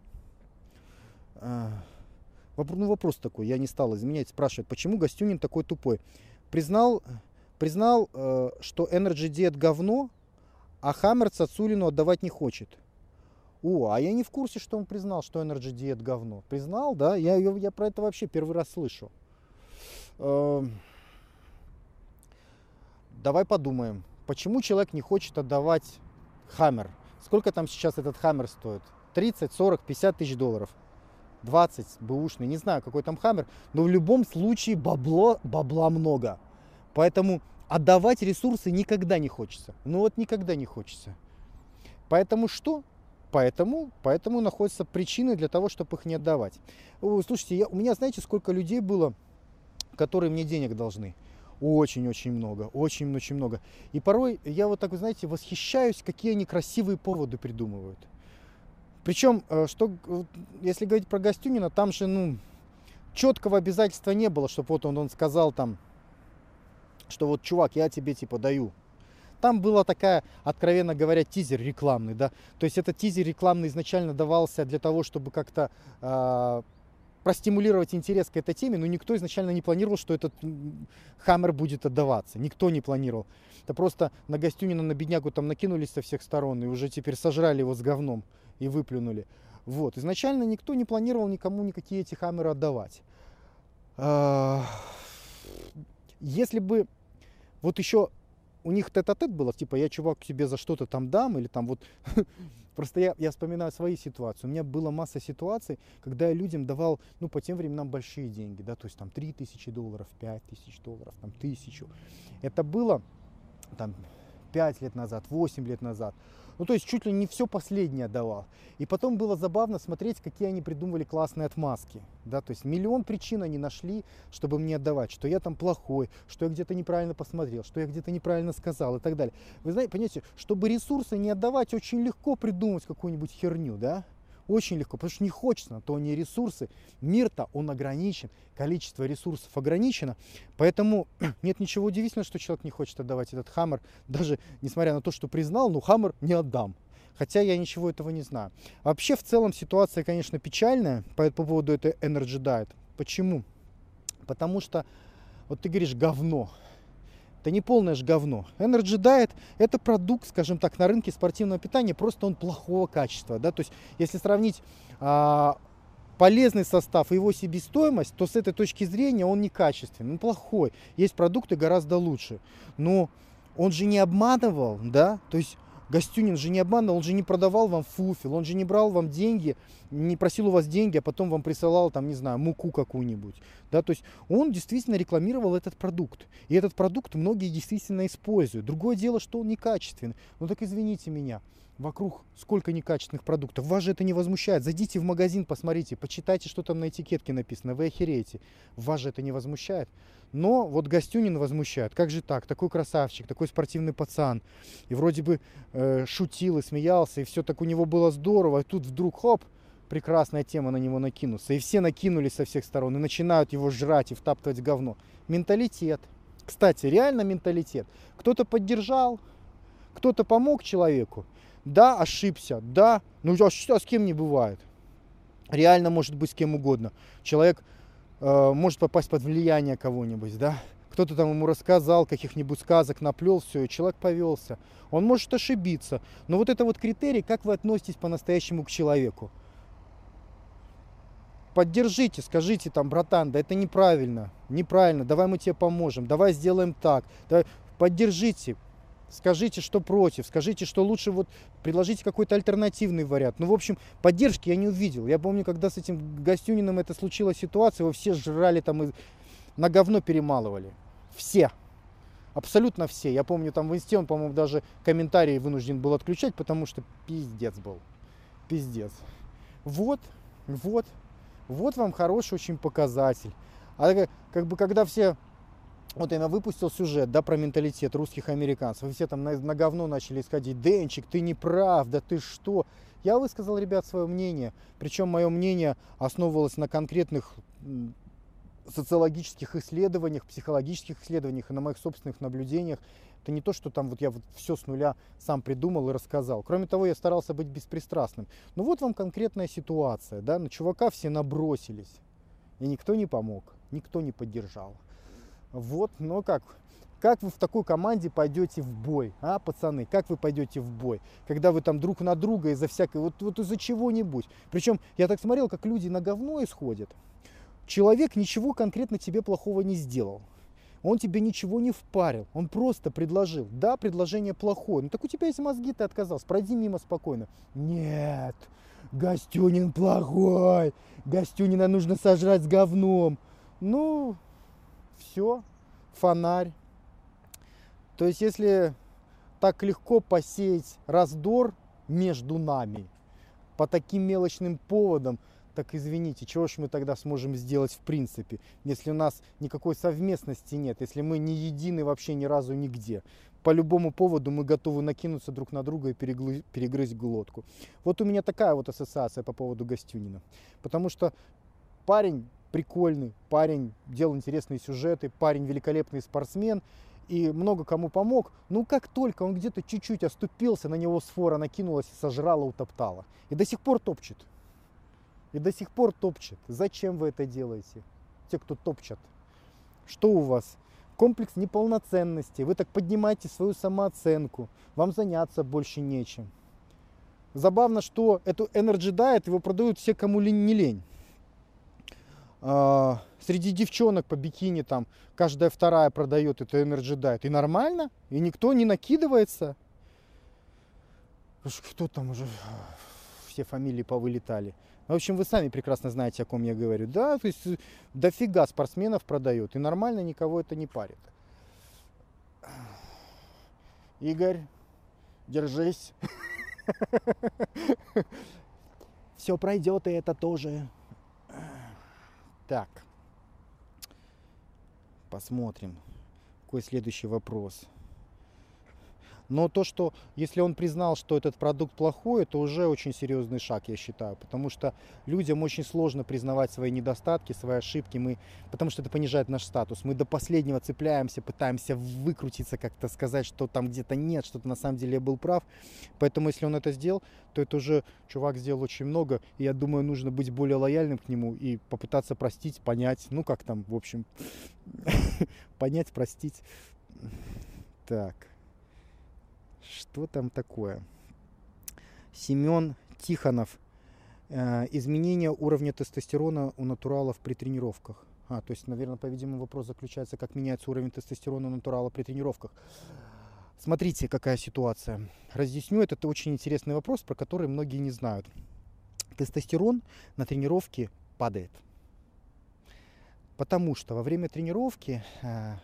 Вопрос такой, я не стал изменять, спрашивать, почему Гостюнин такой тупой? Признал, что Energy Diet говно, а Хаммер Цацулину отдавать не хочет. А я не в курсе, что он признал, что Energy Diet говно. Признал, да? Я про это вообще первый раз слышу. Давай подумаем, почему человек не хочет отдавать Хаммер? Сколько там сейчас этот Хаммер стоит? 30, 40, 50 тысяч долларов? 20 бэушный, не знаю, какой там Хаммер. Но в любом случае бабла много. Поэтому отдавать ресурсы никогда не хочется. Ну вот никогда не хочется. Поэтому что? Поэтому находятся причины для того, чтобы их не отдавать. Слушайте, у меня, знаете, сколько людей было, которые мне денег должны? Очень-очень много, очень-очень много. И порой я вот так, вы знаете, восхищаюсь, какие они красивые поводы придумывают. Причем, если говорить про Гостюнина, там же, четкого обязательства не было, чтобы вот он сказал там, что вот, чувак, я тебе типа даю. Там была такая, откровенно говоря, тизер рекламный, да. То есть этот тизер рекламный изначально давался для того, чтобы как-то простимулировать интерес к этой теме, но никто изначально не планировал, что этот Хаммер будет отдаваться. Никто не планировал. Это просто на Гостюнина, на беднягу там накинулись со всех сторон и уже теперь сожрали его с говном и выплюнули. Вот. Изначально никто не планировал никому никакие эти Хаммеры отдавать. Если бы вот еще у них тет-а-тет было, типа, я, чувак, тебе за что-то там дам, или там вот... Просто я вспоминаю свои ситуации. У меня была масса ситуаций, когда я людям давал, по тем временам большие деньги, да, то есть там 3000 долларов, 5000 долларов, там 1000. Это было там 5 лет назад, 8 лет назад. То есть чуть ли не все последнее давал. И потом было забавно смотреть, какие они придумывали классные отмазки. Да? То есть миллион причин они нашли, чтобы мне отдавать. Что я там плохой, что я где-то неправильно посмотрел, что я где-то неправильно сказал и так далее. Вы знаете, понимаете, чтобы ресурсы не отдавать, очень легко придумать какую-нибудь херню, да? Очень легко, потому что не хочется, на то они ресурсы. Мир-то, он ограничен, количество ресурсов ограничено. Поэтому нет ничего удивительного, что человек не хочет отдавать этот Хаммер. Даже несмотря на то, что признал, Хаммер не отдам. Хотя я ничего этого не знаю. Вообще, в целом, ситуация, конечно, печальная по поводу этой Energy Diet. Почему? Потому что, вот ты говоришь, говно. Это не полное же говно. Energy Diet — это продукт, скажем так, на рынке спортивного питания, просто он плохого качества. Да? То есть, если сравнить полезный состав и его себестоимость, то с этой точки зрения он некачественный, он плохой. Есть продукты гораздо лучше. Но он же не обманывал, да? То есть Гостюнин же не обманывал, он же не продавал вам фуфел, он же не брал вам деньги, не просил у вас деньги, а потом вам присылал, там, не знаю, муку какую-нибудь. Да? То есть он действительно рекламировал этот продукт. И этот продукт многие действительно используют. Другое дело, что он некачественный. Так извините меня. Вокруг сколько некачественных продуктов. Вас же это не возмущает. Зайдите в магазин, посмотрите, почитайте, что там на этикетке написано. Вы охереете. Вас же это не возмущает. Но вот Гостюнин возмущает. Как же так? Такой красавчик, такой спортивный пацан. И вроде бы шутил и смеялся, и все так у него было здорово. И тут вдруг, хоп, прекрасная тема на него накинуться. И все накинулись со всех сторон и начинают его жрать и втаптывать в говно. Менталитет. Кстати, реально менталитет. Кто-то поддержал, кто-то помог человеку. Да, ошибся, да, ну а с кем не бывает. Реально может быть с кем угодно. Человек может попасть под влияние кого-нибудь, да. Кто-то там ему рассказал, каких-нибудь сказок наплел, все, и человек повелся. Он может ошибиться. Но вот это вот критерий, как вы относитесь по-настоящему к человеку. Поддержите, скажите там, братан, да это неправильно, неправильно, давай мы тебе поможем, давай сделаем так. Давай. Поддержите. Скажите, что против, скажите, что лучше, вот предложите какой-то альтернативный вариант. Ну, в общем, поддержки я не увидел. Я помню, когда с этим Гостюниным это случилась ситуация, его все жрали там и на говно перемалывали. Все. Абсолютно все. Я помню, там в инсте он, по-моему, даже комментарии вынужден был отключать, потому что пиздец был. Пиздец. Вот вам хороший очень показатель. А как бы когда все... Вот я выпустил сюжет, да, про менталитет русских и американцев. И все там на говно начали исходить. Денчик, ты не прав, да ты что? Я высказал, ребят, свое мнение. Причем мое мнение основывалось на конкретных социологических исследованиях, психологических исследованиях и на моих собственных наблюдениях. Это не то, что там вот я вот все с нуля сам придумал и рассказал. Кроме того, я старался быть беспристрастным. Ну вот вам конкретная ситуация, да, на чувака все набросились. И никто не помог, никто не поддержал. Вот, но как вы в такой команде пойдете в бой, а, пацаны, как вы пойдете в бой, когда вы там друг на друга из-за всякой, вот из-за чего-нибудь. Причем я так смотрел, как люди на говно исходят. Человек ничего конкретно тебе плохого не сделал. Он тебе ничего не впарил, он просто предложил. Да, предложение плохое, ну так у тебя есть мозги, ты отказался, пройди мимо спокойно. Нет, Гостюнин плохой, Гостюнина нужно сожрать с говном. Ну... Все, фонарь. То есть, если так легко посеять раздор между нами по таким мелочным поводам, так извините, чего ж мы тогда сможем сделать в принципе, если у нас никакой совместности нет, если мы не едины вообще ни разу нигде. По любому поводу мы готовы накинуться друг на друга и перегрызть глотку. Вот у меня такая вот ассоциация по поводу Гостюнина. Потому что парень прикольный, парень делал интересные сюжеты, парень великолепный спортсмен и много кому помог. Ну как только он где-то чуть-чуть оступился, на него сфора накинулась и сожрала, утоптала. И до сих пор топчет. И до сих пор топчет. Зачем вы это делаете? Те, кто топчат. Что у вас? Комплекс неполноценности. Вы так поднимаете свою самооценку. Вам заняться больше нечем. Забавно, что эту Energy Diet его продают все, кому не лень. Среди девчонок по бикини там каждая вторая продает это Energy Diet. И нормально, и никто не накидывается. Кто там уже? Все фамилии повылетали. В общем, вы сами прекрасно знаете, о ком я говорю. Да, то есть дофига спортсменов продают. И нормально, никого это не парит. Игорь, держись. Все пройдет, и это тоже. Так, посмотрим, какой следующий вопрос. Но то, что если он признал, что этот продукт плохой, это уже очень серьезный шаг, я считаю. Потому что людям очень сложно признавать свои недостатки, свои ошибки, потому что это понижает наш статус. Мы до последнего цепляемся, пытаемся выкрутиться, как-то сказать, что там где-то нет, что-то на самом деле я был прав. Поэтому если он это сделал, то это уже чувак сделал очень много. И я думаю, нужно быть более лояльным к нему и попытаться простить, понять. Ну как там, в общем, понять, простить. Так. Что там такое? Семен Тихонов. Изменение уровня тестостерона у натуралов при тренировках. То есть, наверное, по-видимому, вопрос заключается, как меняется уровень тестостерона у натурала при тренировках. Смотрите, какая ситуация. Разъясню, это очень интересный вопрос, про который многие не знают. Тестостерон на тренировке падает. Потому что во время тренировки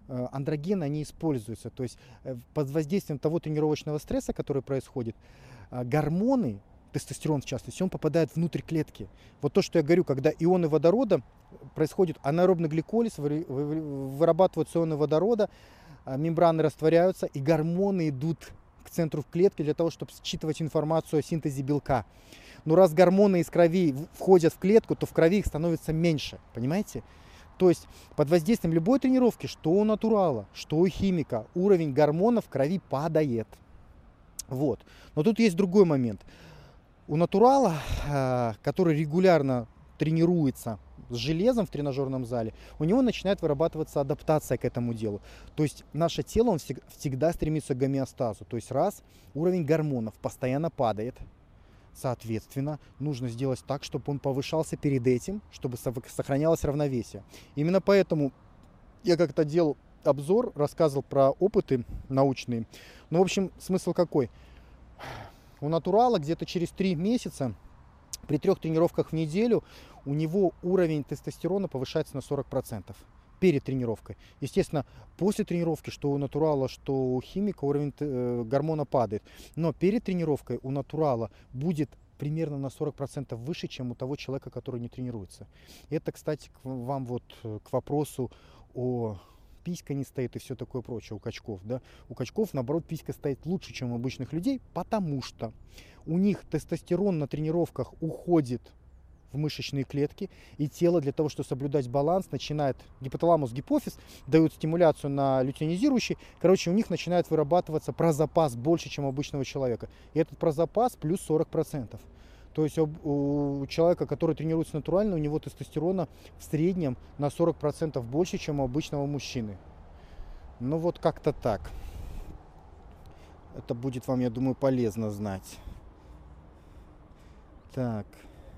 андрогены, они используются. То есть под воздействием того тренировочного стресса, который происходит, гормоны, тестостерон в частности, он попадает внутрь клетки. Вот то, что я говорю, когда ионы водорода, происходит анаэробный гликолиз, вырабатываются ионы водорода, мембраны растворяются, и гормоны идут к центру в клетке для того, чтобы считывать информацию о синтезе белка. Но раз гормоны из крови входят в клетку, то в крови их становится меньше, понимаете? То есть под воздействием любой тренировки, что у натурала, что у химика, уровень гормонов в крови падает. Вот. Но тут есть другой момент. У натурала, который регулярно тренируется с железом в тренажерном зале, у него начинает вырабатываться адаптация к этому делу. То есть наше тело он всегда стремится к гомеостазу. То есть раз уровень гормонов постоянно падает, соответственно, нужно сделать так, чтобы он повышался перед этим, чтобы сохранялось равновесие. Именно поэтому я как-то делал обзор, рассказывал про опыты научные. Ну, в общем, смысл какой? У натурала где-то через 3 месяца при 3 тренировках в неделю у него уровень тестостерона повышается на 40% перед тренировкой. Естественно, после тренировки, что у натурала, что у химика, уровень гормона падает. Но перед тренировкой у натурала будет примерно на 40% выше, чем у того человека, который не тренируется. Это, кстати, к вопросу о писька не стоит и все такое прочее у качков. Да? У качков, наоборот, писька стоит лучше, чем у обычных людей, потому что у них тестостерон на тренировках уходит в мышечные клетки, и тело для того, чтобы соблюдать баланс, начинает гипоталамус, гипофиз, дают стимуляцию на лютеинизирующий. Короче, у них начинает вырабатываться прозапас больше, чем у обычного человека. И этот прозапас плюс 40%. То есть у человека, который тренируется натурально, у него тестостерона в среднем на 40% больше, чем у обычного мужчины. Ну вот как-то так. Это будет вам, я думаю, полезно знать. Так.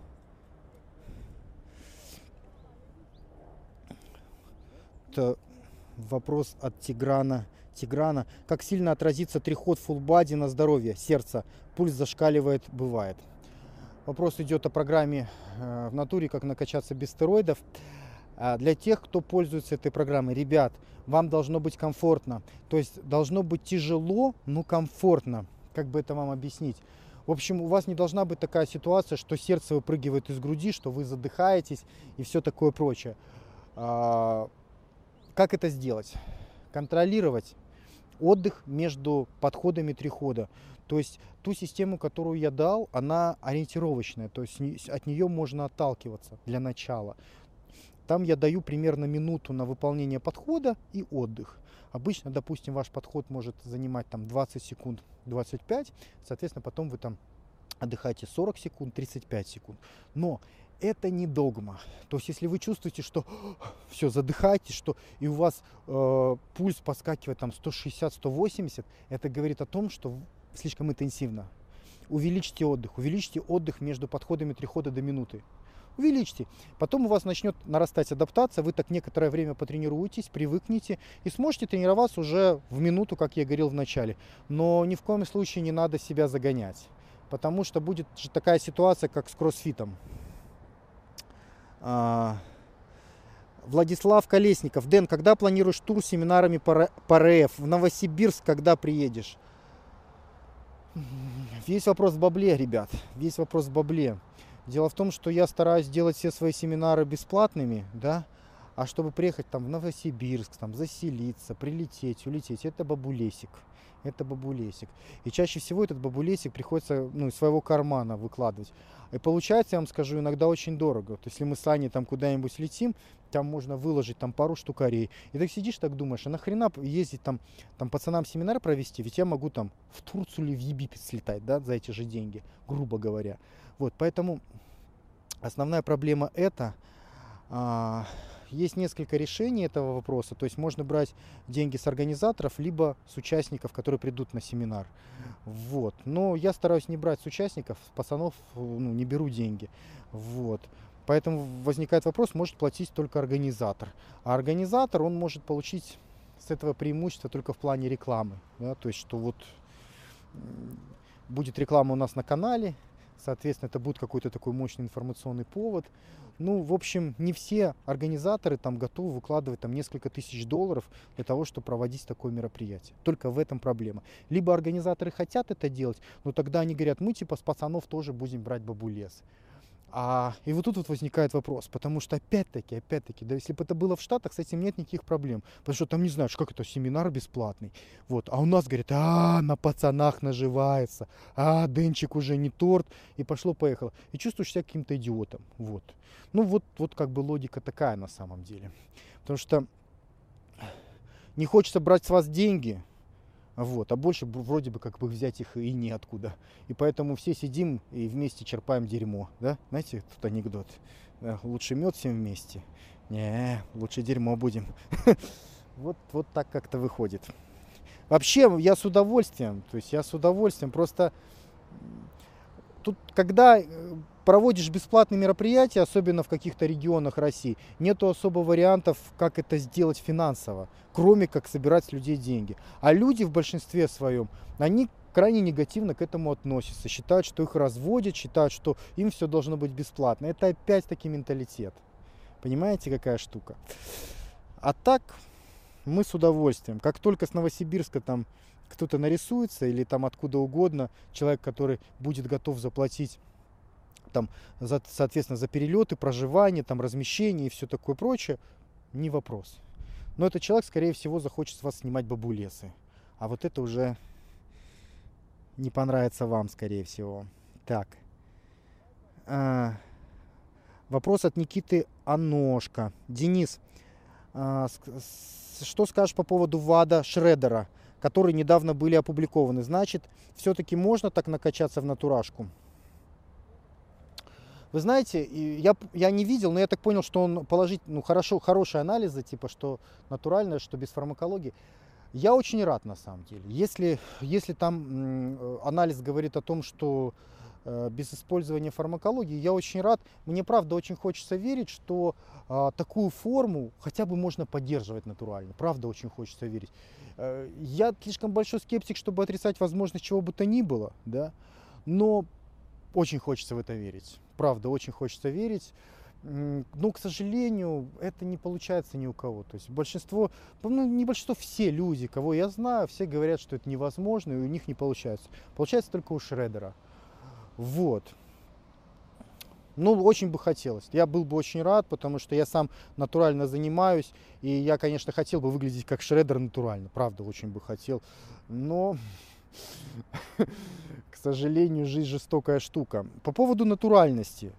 Это вопрос от Тиграна. Как сильно отразится триход full body на здоровье сердца? Пульс зашкаливает, бывает. Вопрос идет о программе в натуре, как накачаться без стероидов. Для тех, кто пользуется этой программой, ребят, вам должно быть комфортно. То есть должно быть тяжело, но комфортно. Как бы это вам объяснить? В общем, у вас не должна быть такая ситуация, что сердце выпрыгивает из груди, что вы задыхаетесь и все такое прочее. Как это сделать? Контролировать отдых между подходами трихода. То есть ту систему, которую я дал, она ориентировочная, то есть от нее можно отталкиваться для начала. Там я даю примерно минуту на выполнение подхода и отдых. Обычно, допустим, ваш подход может занимать там 20 секунд, 25, соответственно, потом вы там отдыхаете 40 секунд, 35 секунд. Но это не догма. То есть, если вы чувствуете, что все, задыхаетесь, что и у вас пульс подскакивает там 160-180, это говорит о том, что слишком интенсивно. Увеличьте отдых между подходами трихода до минуты. Увеличьте. Потом у вас начнет нарастать адаптация, вы так некоторое время потренируетесь, привыкнете и сможете тренироваться уже в минуту, как я говорил в начале. Но ни в коем случае не надо себя загонять, потому что будет же такая ситуация, как с кроссфитом. Владислав Колесников. Дэн, когда планируешь тур с семинарами по РФ? В Новосибирск когда приедешь? Весь вопрос в бабле, ребят. Весь вопрос в бабле. Дело в том, что я стараюсь делать все свои семинары бесплатными, да, а чтобы приехать там в Новосибирск, там заселиться, прилететь, улететь, это бабулесик. Это бабулесик. И чаще всего этот бабулесик приходится из своего кармана выкладывать. И получается, я вам скажу, иногда очень дорого. То есть, если мы с Аней там куда-нибудь летим, там можно выложить там пару штукарей. И так сидишь, так думаешь, а нахрена ездить там пацанам семинар провести? Ведь я могу там в Турцию или в Египет слетать, да, за эти же деньги, грубо говоря. Вот, поэтому основная проблема это... Есть несколько решений этого вопроса, то есть можно брать деньги с организаторов, либо с участников, которые придут на семинар. Вот. Но я стараюсь не брать с участников, с пацанов не беру деньги. Вот. Поэтому возникает вопрос, может платить только организатор. А организатор, он может получить с этого преимущество только в плане рекламы. Да? То есть, что вот будет реклама у нас на канале, Соответственно, это будет какой-то такой мощный информационный повод. Ну, в общем, не все организаторы там готовы выкладывать там несколько тысяч долларов для того, чтобы проводить такое мероприятие. Только в этом проблема. Либо организаторы хотят это делать, но тогда они говорят, мы типа с пацанов тоже будем брать бабулес. И вот тут вот возникает вопрос, потому что опять-таки, да, если бы это было в Штатах, с этим нет никаких проблем, потому что там не знаешь, как это, семинар бесплатный, вот, а у нас говорят, на пацанах наживается, Денчик уже не торт, и пошло-поехало, и чувствуешь себя каким-то идиотом, вот, ну вот как бы логика такая на самом деле, потому что не хочется брать с вас деньги, вот, а больше вроде бы как бы взять их и неоткуда. И поэтому все сидим и вместе черпаем дерьмо. Да? Знаете, тут анекдот. Да, лучше мед всем вместе. Не, лучше дерьмо будем. Вот так как-то выходит. Вообще, я с удовольствием. Просто тут, когда проводишь бесплатные мероприятия, особенно в каких-то регионах России, нету особо вариантов, как это сделать финансово, кроме как собирать с людей деньги. А люди в большинстве своем, они крайне негативно к этому относятся, считают, что их разводят, считают, что им все должно быть бесплатно. Это опять-таки менталитет. Понимаете, какая штука? А так, мы с удовольствием. Как только с Новосибирска там кто-то нарисуется или там откуда угодно, человек, который будет готов заплатить там, соответственно, за перелеты, проживание, там, размещение и все такое прочее, не вопрос. Но этот человек, скорее всего, захочет с вас снимать бабулесы. А вот это уже не понравится вам, скорее всего. Так. Вопрос от Никиты Аношка. Денис, что скажешь по поводу ВАДА Шредера, которые недавно были опубликованы? Значит, все-таки можно так накачаться в натурашку? Вы знаете, я не видел, но я так понял, что он хорошие анализы, типа, что натуральное, что без фармакологии. Я очень рад, на самом деле. Если там анализ говорит о том, что без использования фармакологии, я очень рад. Мне, правда, очень хочется верить, что такую форму хотя бы можно поддерживать натурально. Правда, очень хочется верить. Я слишком большой скептик, чтобы отрицать возможность чего бы то ни было, да, но очень хочется в это верить. Правда, очень хочется верить. Но, к сожалению, это не получается ни у кого. То есть большинство, не большинство, все люди, кого я знаю, все говорят, что это невозможно, и у них не получается. Получается только у Шредера. Вот. Очень бы хотелось. Я был бы очень рад, потому что я сам натурально занимаюсь, и я, конечно, хотел бы выглядеть как Шредер натурально. Правда, очень бы хотел. Но, к сожалению, жизнь жестокая штука. По поводу натуральности.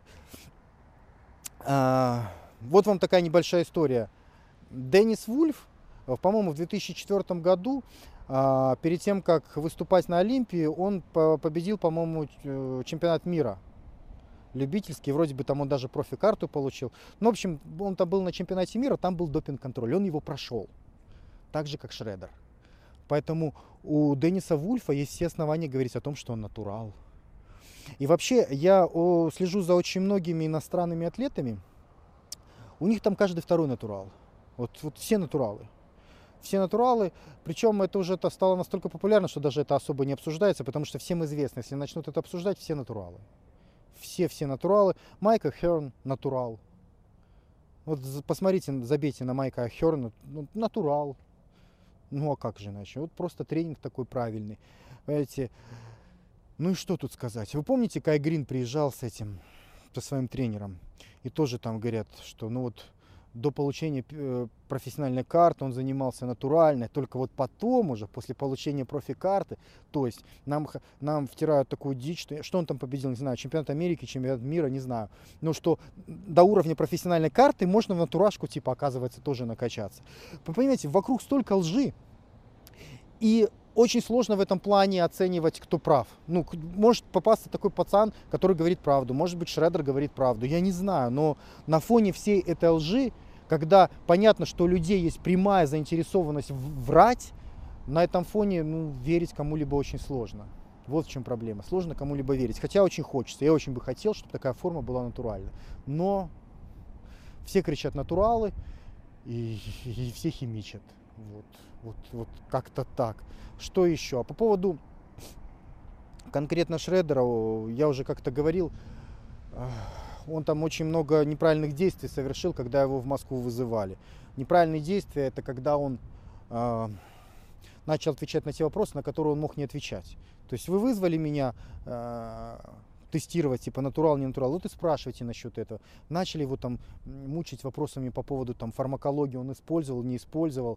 Вот вам такая небольшая история. Деннис Вульф, по-моему, в 2004 году, перед тем, как выступать на Олимпии, он победил, по-моему, чемпионат мира. Любительский, вроде бы там он даже профи-карту получил. В общем, он там был на чемпионате мира, там был допинг-контроль, он его прошел. Так же, как Шредер. Поэтому у Денниса Вульфа есть все основания говорить о том, что он натурал. И вообще, я слежу за очень многими иностранными атлетами. У них там каждый второй натурал. Вот все натуралы. Все натуралы. Причем это уже стало настолько популярно, что даже это особо не обсуждается, потому что всем известно, если начнут это обсуждать, все натуралы. Все натуралы. Майка Херн натурал. Вот посмотрите, забейте на Майка Херна. Натурал. А как же иначе? Вот просто тренинг такой правильный. Понимаете? Ну и что тут сказать? Вы помните, Кай Грин приезжал со своим тренером? И тоже там говорят, что до получения профессиональной карты он занимался натурально, только вот потом уже, после получения профи-карты, то есть нам втирают такую дичь, что он там победил, не знаю, чемпионат Америки, чемпионат мира, не знаю, но что до уровня профессиональной карты можно в натурашку, оказывается, тоже накачаться. Вы понимаете, вокруг столько лжи, и очень сложно в этом плане оценивать, кто прав. Может попасться такой пацан, который говорит правду. Может быть, Шредер говорит правду. Я не знаю. Но на фоне всей этой лжи, когда понятно, что у людей есть прямая заинтересованность врать, на этом фоне верить кому-либо очень сложно. Вот в чем проблема. Сложно кому-либо верить. Хотя очень хочется. Я очень бы хотел, чтобы такая форма была натуральна. Но все кричат натуралы и все химичат. Вот как-то так. Что еще? По поводу Конкретно Шредера, я уже как-то говорил, он там очень много неправильных действий совершил, когда его в Москву вызывали. Неправильные действия — это когда он начал отвечать на те вопросы, на которые он мог не отвечать. То есть вы вызвали меня тестировать, типа натурал, не натурал, вот и спрашивайте насчет этого. Начали его там мучить вопросами по поводу там фармакологии, он использовал, не использовал,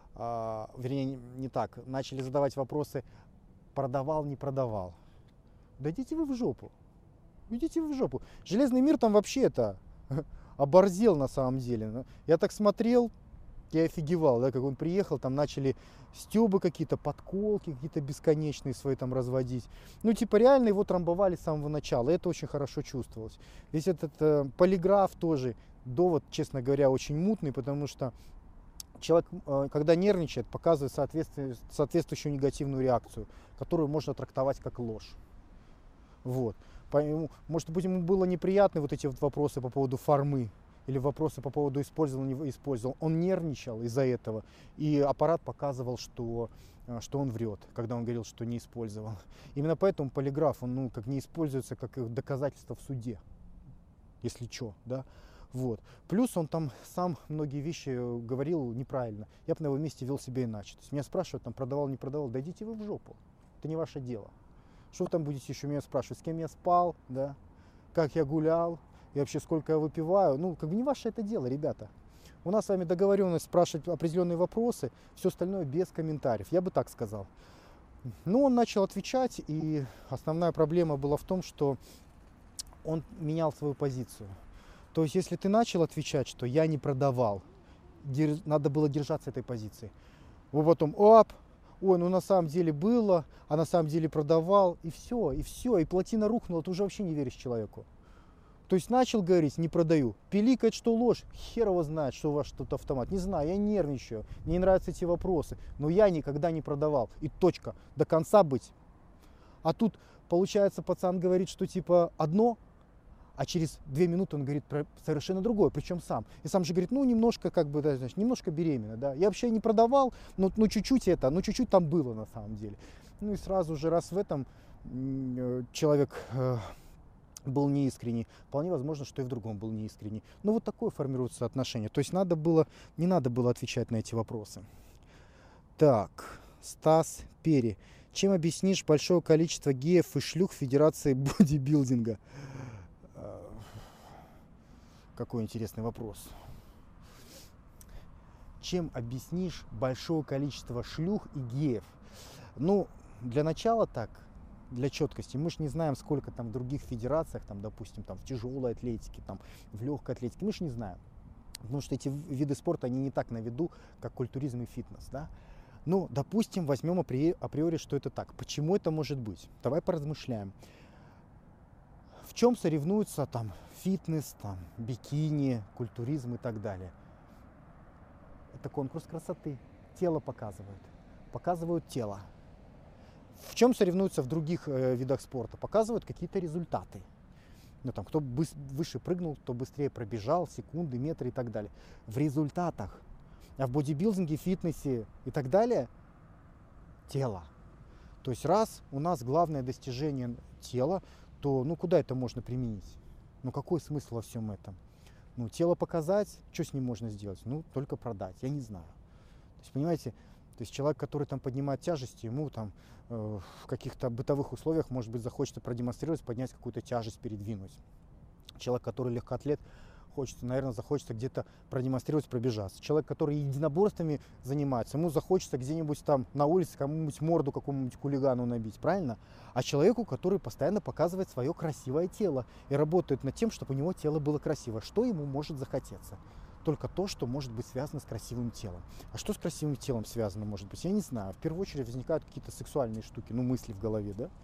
вернее, не так. Начали задавать вопросы, продавал, не продавал. Да идите вы в жопу. Идите вы в жопу. Железный мир там вообще это оборзел на самом деле. Я так смотрел, я офигевал, да, как он приехал, там начали стёбы какие-то, подколки какие-то бесконечные свои там разводить. Ну, типа реально его трамбовали с самого начала, и это очень хорошо чувствовалось. Весь этот полиграф тоже, довод, честно говоря, очень мутный, потому что человек, когда нервничает, показывает соответствующую негативную реакцию, которую можно трактовать как ложь. Вот. Может быть, ему было неприятно вот эти вот вопросы по поводу фармы или вопросы по поводу использовал, не использовал. Он нервничал из-за этого, и аппарат показывал, что он врет, когда он говорил, что не использовал. Именно поэтому полиграф, он как не используется как доказательство в суде, если что, да. Вот. Плюс он там сам многие вещи говорил неправильно. Я бы на его месте вел себя иначе. То есть меня спрашивают, там, продавал, не продавал. Да идите вы в жопу. Это не ваше дело. Что вы там будете еще меня спрашивать? С кем я спал, да? Как я гулял? И вообще сколько я выпиваю? Ну, как бы не ваше это дело, ребята. У нас с вами договоренность спрашивать определенные вопросы. Все остальное без комментариев. Я бы так сказал. Но он начал отвечать. И основная проблема была в том, что он менял свою позицию. То есть, если ты начал отвечать, что я не продавал, надо было держаться этой позиции. Вот потом, ой, ну на самом деле было, а на самом деле продавал, и все, и плотина рухнула, ты уже вообще не веришь человеку. То есть начал говорить, не продаю, пиликает, что ложь, хер его знает, что у вас что-то автомат, не знаю, я нервничаю, мне не нравятся эти вопросы, но я никогда не продавал, и точка, до конца быть. А тут, получается, пацан говорит, что типа одно, а через 2 минуты он говорит про совершенно другое, причем сам. И сам же говорит, ну немножко как бы, да, значит, немножко беременна, да. Я вообще не продавал, но чуть-чуть это, ну чуть-чуть там было на самом деле. Ну и сразу же, раз в этом человек был неискренний, вполне возможно, что и в другом был неискренний. Но вот такое формируется отношение. То есть не надо было отвечать на эти вопросы. Так, Стас Пери. Чем объяснишь большое количество геев и шлюх в Федерации бодибилдинга? Какой интересный вопрос. Чем объяснишь большое количество шлюх и геев? Ну, для начала так, для четкости, мы же не знаем, сколько там в других федерациях, там, допустим, там, в тяжелой атлетике, там, в легкой атлетике, мы же не знаем. Потому что эти виды спорта, они не так на виду, как культуризм и фитнес, да? Ну, допустим, возьмем априори, что это так. Почему это может быть? Давай поразмышляем. В чем соревнуются там фитнес, там, бикини, культуризм и так далее? Это конкурс красоты. Тело показывают. Показывают тело. В чем соревнуются в других видах спорта? Показывают какие-то результаты. Ну, там, кто выше прыгнул, кто быстрее пробежал, секунды, метры и так далее. В результатах. А в бодибилдинге, фитнесе и так далее тело. То есть раз у нас главное достижение тела, то ну куда это можно применить? Ну какой смысл во всем этом? Ну тело показать, что с ним можно сделать? Ну только продать, я не знаю. То есть понимаете, то есть человек, который там поднимает тяжести, ему там в каких-то бытовых условиях, может быть, захочется продемонстрировать, поднять какую-то тяжесть, передвинуть. Человек, который легкоатлет, наверное, захочется где-то продемонстрировать, пробежаться. Человек, который единоборствами занимается, ему захочется где-нибудь там на улице кому-нибудь морду какому-нибудь хулигану набить, правильно? А человеку, который постоянно показывает свое красивое тело и работает над тем, чтобы у него тело было красиво, что ему может захотеться? Только то, что может быть связано с красивым телом. А что с красивым телом связано, может быть? Я не знаю. В первую очередь возникают какие-то сексуальные штуки, ну, мысли в голове, да?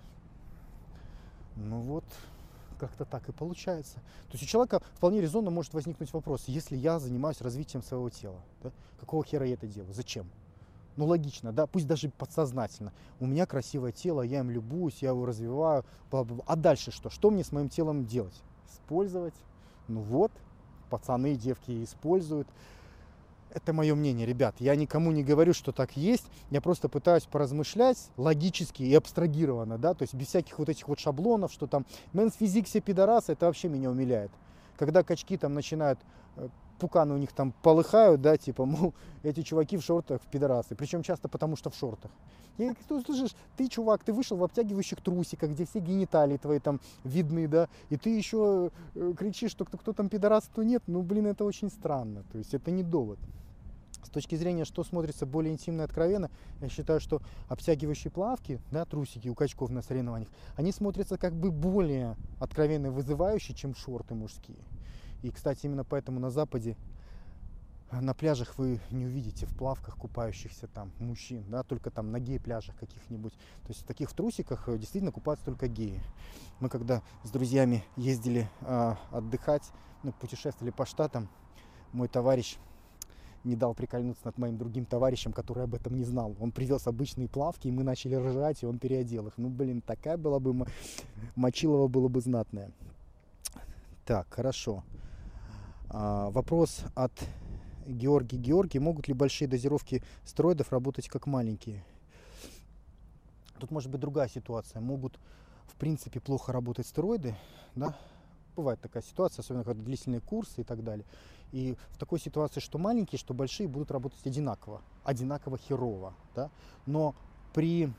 Ну вот, как-то так и получается. То есть у человека вполне резонно может возникнуть вопрос, если я занимаюсь развитием своего тела, да, какого хера я это делаю, зачем? Ну логично, да, пусть даже подсознательно. У меня красивое тело, я им любуюсь, я его развиваю, бла-бла-бла. А дальше что? Что мне с моим телом делать? Использовать? Ну вот, пацаны и девки используют. Это мое мнение, ребят. Я никому не говорю, что так есть. Я просто пытаюсь поразмышлять логически и абстрагированно, да, то есть без всяких вот этих вот шаблонов, что там мэнс физик все пидорасы, это вообще меня умиляет. Когда качки там начинают, пуканы у них там полыхают, да, типа, мол, эти чуваки в шортах в пидорасы. Причем часто потому, что в шортах. И ты слышишь, ты, чувак, ты вышел в обтягивающих трусиках, где все гениталии твои там видны, да, и ты еще кричишь, что кто там пидорас, то нет. Ну, блин, это очень странно. То есть это не довод. С точки зрения, что смотрится более интимно и откровенно, я считаю, что обтягивающие плавки, да, трусики у качков на соревнованиях, они смотрятся как бы более откровенно и вызывающе, чем шорты мужские. И, кстати, именно поэтому на Западе на пляжах вы не увидите в плавках купающихся там мужчин, да, только там на гей-пляжах каких-нибудь. То есть в таких трусиках действительно купаются только геи. Мы когда с друзьями ездили отдыхать, ну, путешествовали по штатам, мой товарищ не дал прикольнуться над моим другим товарищем, который об этом не знал. Он привез обычные плавки, и мы начали ржать, и он переодел их. Ну, блин, такая была бы мочилова было бы знатная. Так, хорошо. Вопрос от Георгий. Могут ли большие дозировки стероидов работать как маленькие? Тут может быть другая ситуация. Могут, в принципе, плохо работать стероиды, да? Бывает такая ситуация, особенно когда длительные курсы и так далее. И в такой ситуации, что маленькие, что большие, будут работать одинаково херово, да? Но при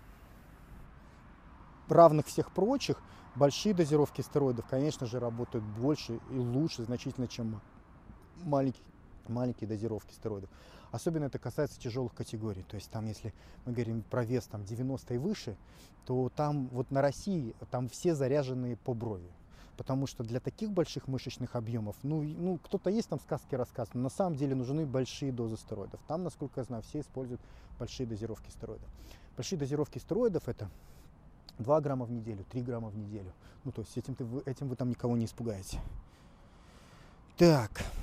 равных всех прочих, большие дозировки стероидов, конечно же, работают больше и лучше значительно, чем маленькие дозировки стероидов. Особенно это касается тяжелых категорий. То есть там, если мы говорим про вес там 90 и выше, то там вот на России там все заряженные по брови. Потому что для таких больших мышечных объемов, ну кто-то есть там сказки рассказывает, но на самом деле нужны большие дозы стероидов. Там, насколько я знаю, все используют большие дозировки стероидов. Большие дозировки стероидов это 2 грамма в неделю, 3 грамма в неделю. Ну, то есть этим вы там никого не испугаете. Так.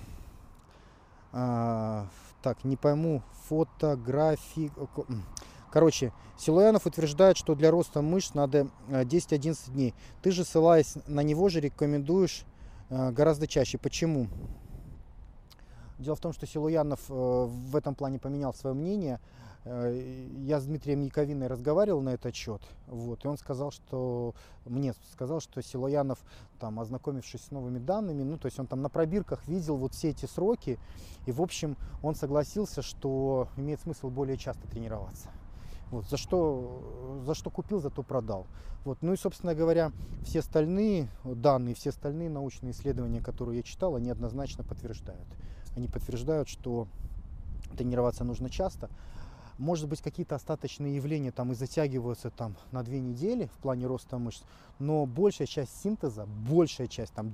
Так, не пойму. Фотографии. Короче, Силуянов утверждает, что для роста мышц надо 10-11 дней. Ты же, ссылаясь на него же, рекомендуешь гораздо чаще. Почему? Дело в том, что Силуянов в этом плане поменял свое мнение. Я с Дмитрием Яковиной разговаривал на этот счет, вот, и он сказал, что Силуянов, там, ознакомившись с новыми данными, ну, то есть он там на пробирках видел вот все эти сроки, и, в общем, он согласился, что имеет смысл более часто тренироваться. Вот, за что купил, зато продал. Вот, ну и, собственно говоря, все остальные данные, все остальные научные исследования, которые я читал, они однозначно подтверждают. Они подтверждают, что тренироваться нужно часто. Может быть, какие-то остаточные явления там и затягиваются там на 2 недели в плане роста мышц, но большая часть синтеза, там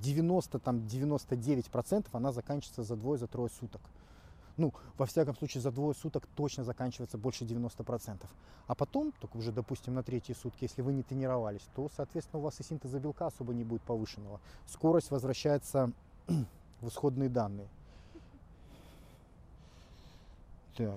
99%, она заканчивается за 2-3 суток. Ну, во всяком случае, за 2 суток точно заканчивается больше 90%. А потом, только уже, допустим, на 3-е сутки, если вы не тренировались, то, соответственно, у вас и синтеза белка особо не будет повышенного. Скорость возвращается в исходные данные. Так.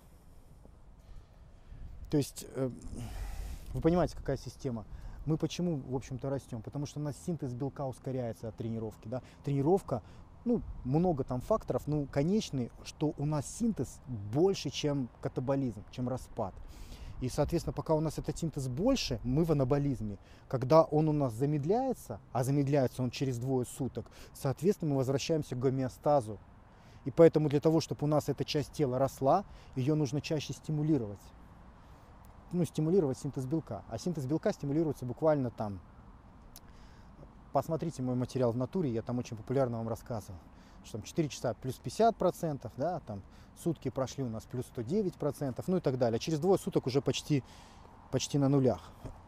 То есть, вы понимаете, какая система? Мы почему, в общем-то, растем? Потому что у нас синтез белка ускоряется от тренировки. Да? Тренировка, ну, много там факторов, но конечный, что у нас синтез больше, чем катаболизм, чем распад. И, соответственно, пока у нас этот синтез больше, мы в анаболизме. Когда он у нас замедляется, а замедляется он через 2 суток, соответственно, мы возвращаемся к гомеостазу. И поэтому для того, чтобы у нас эта часть тела росла, ее нужно чаще стимулировать. Ну, стимулировать синтез белка. А синтез белка стимулируется буквально там. Посмотрите мой материал в натуре, я там очень популярно вам рассказывал. Что там 4 часа плюс 50%, да, там сутки прошли у нас плюс 109%, ну и так далее. А через 2 суток уже почти на нулях.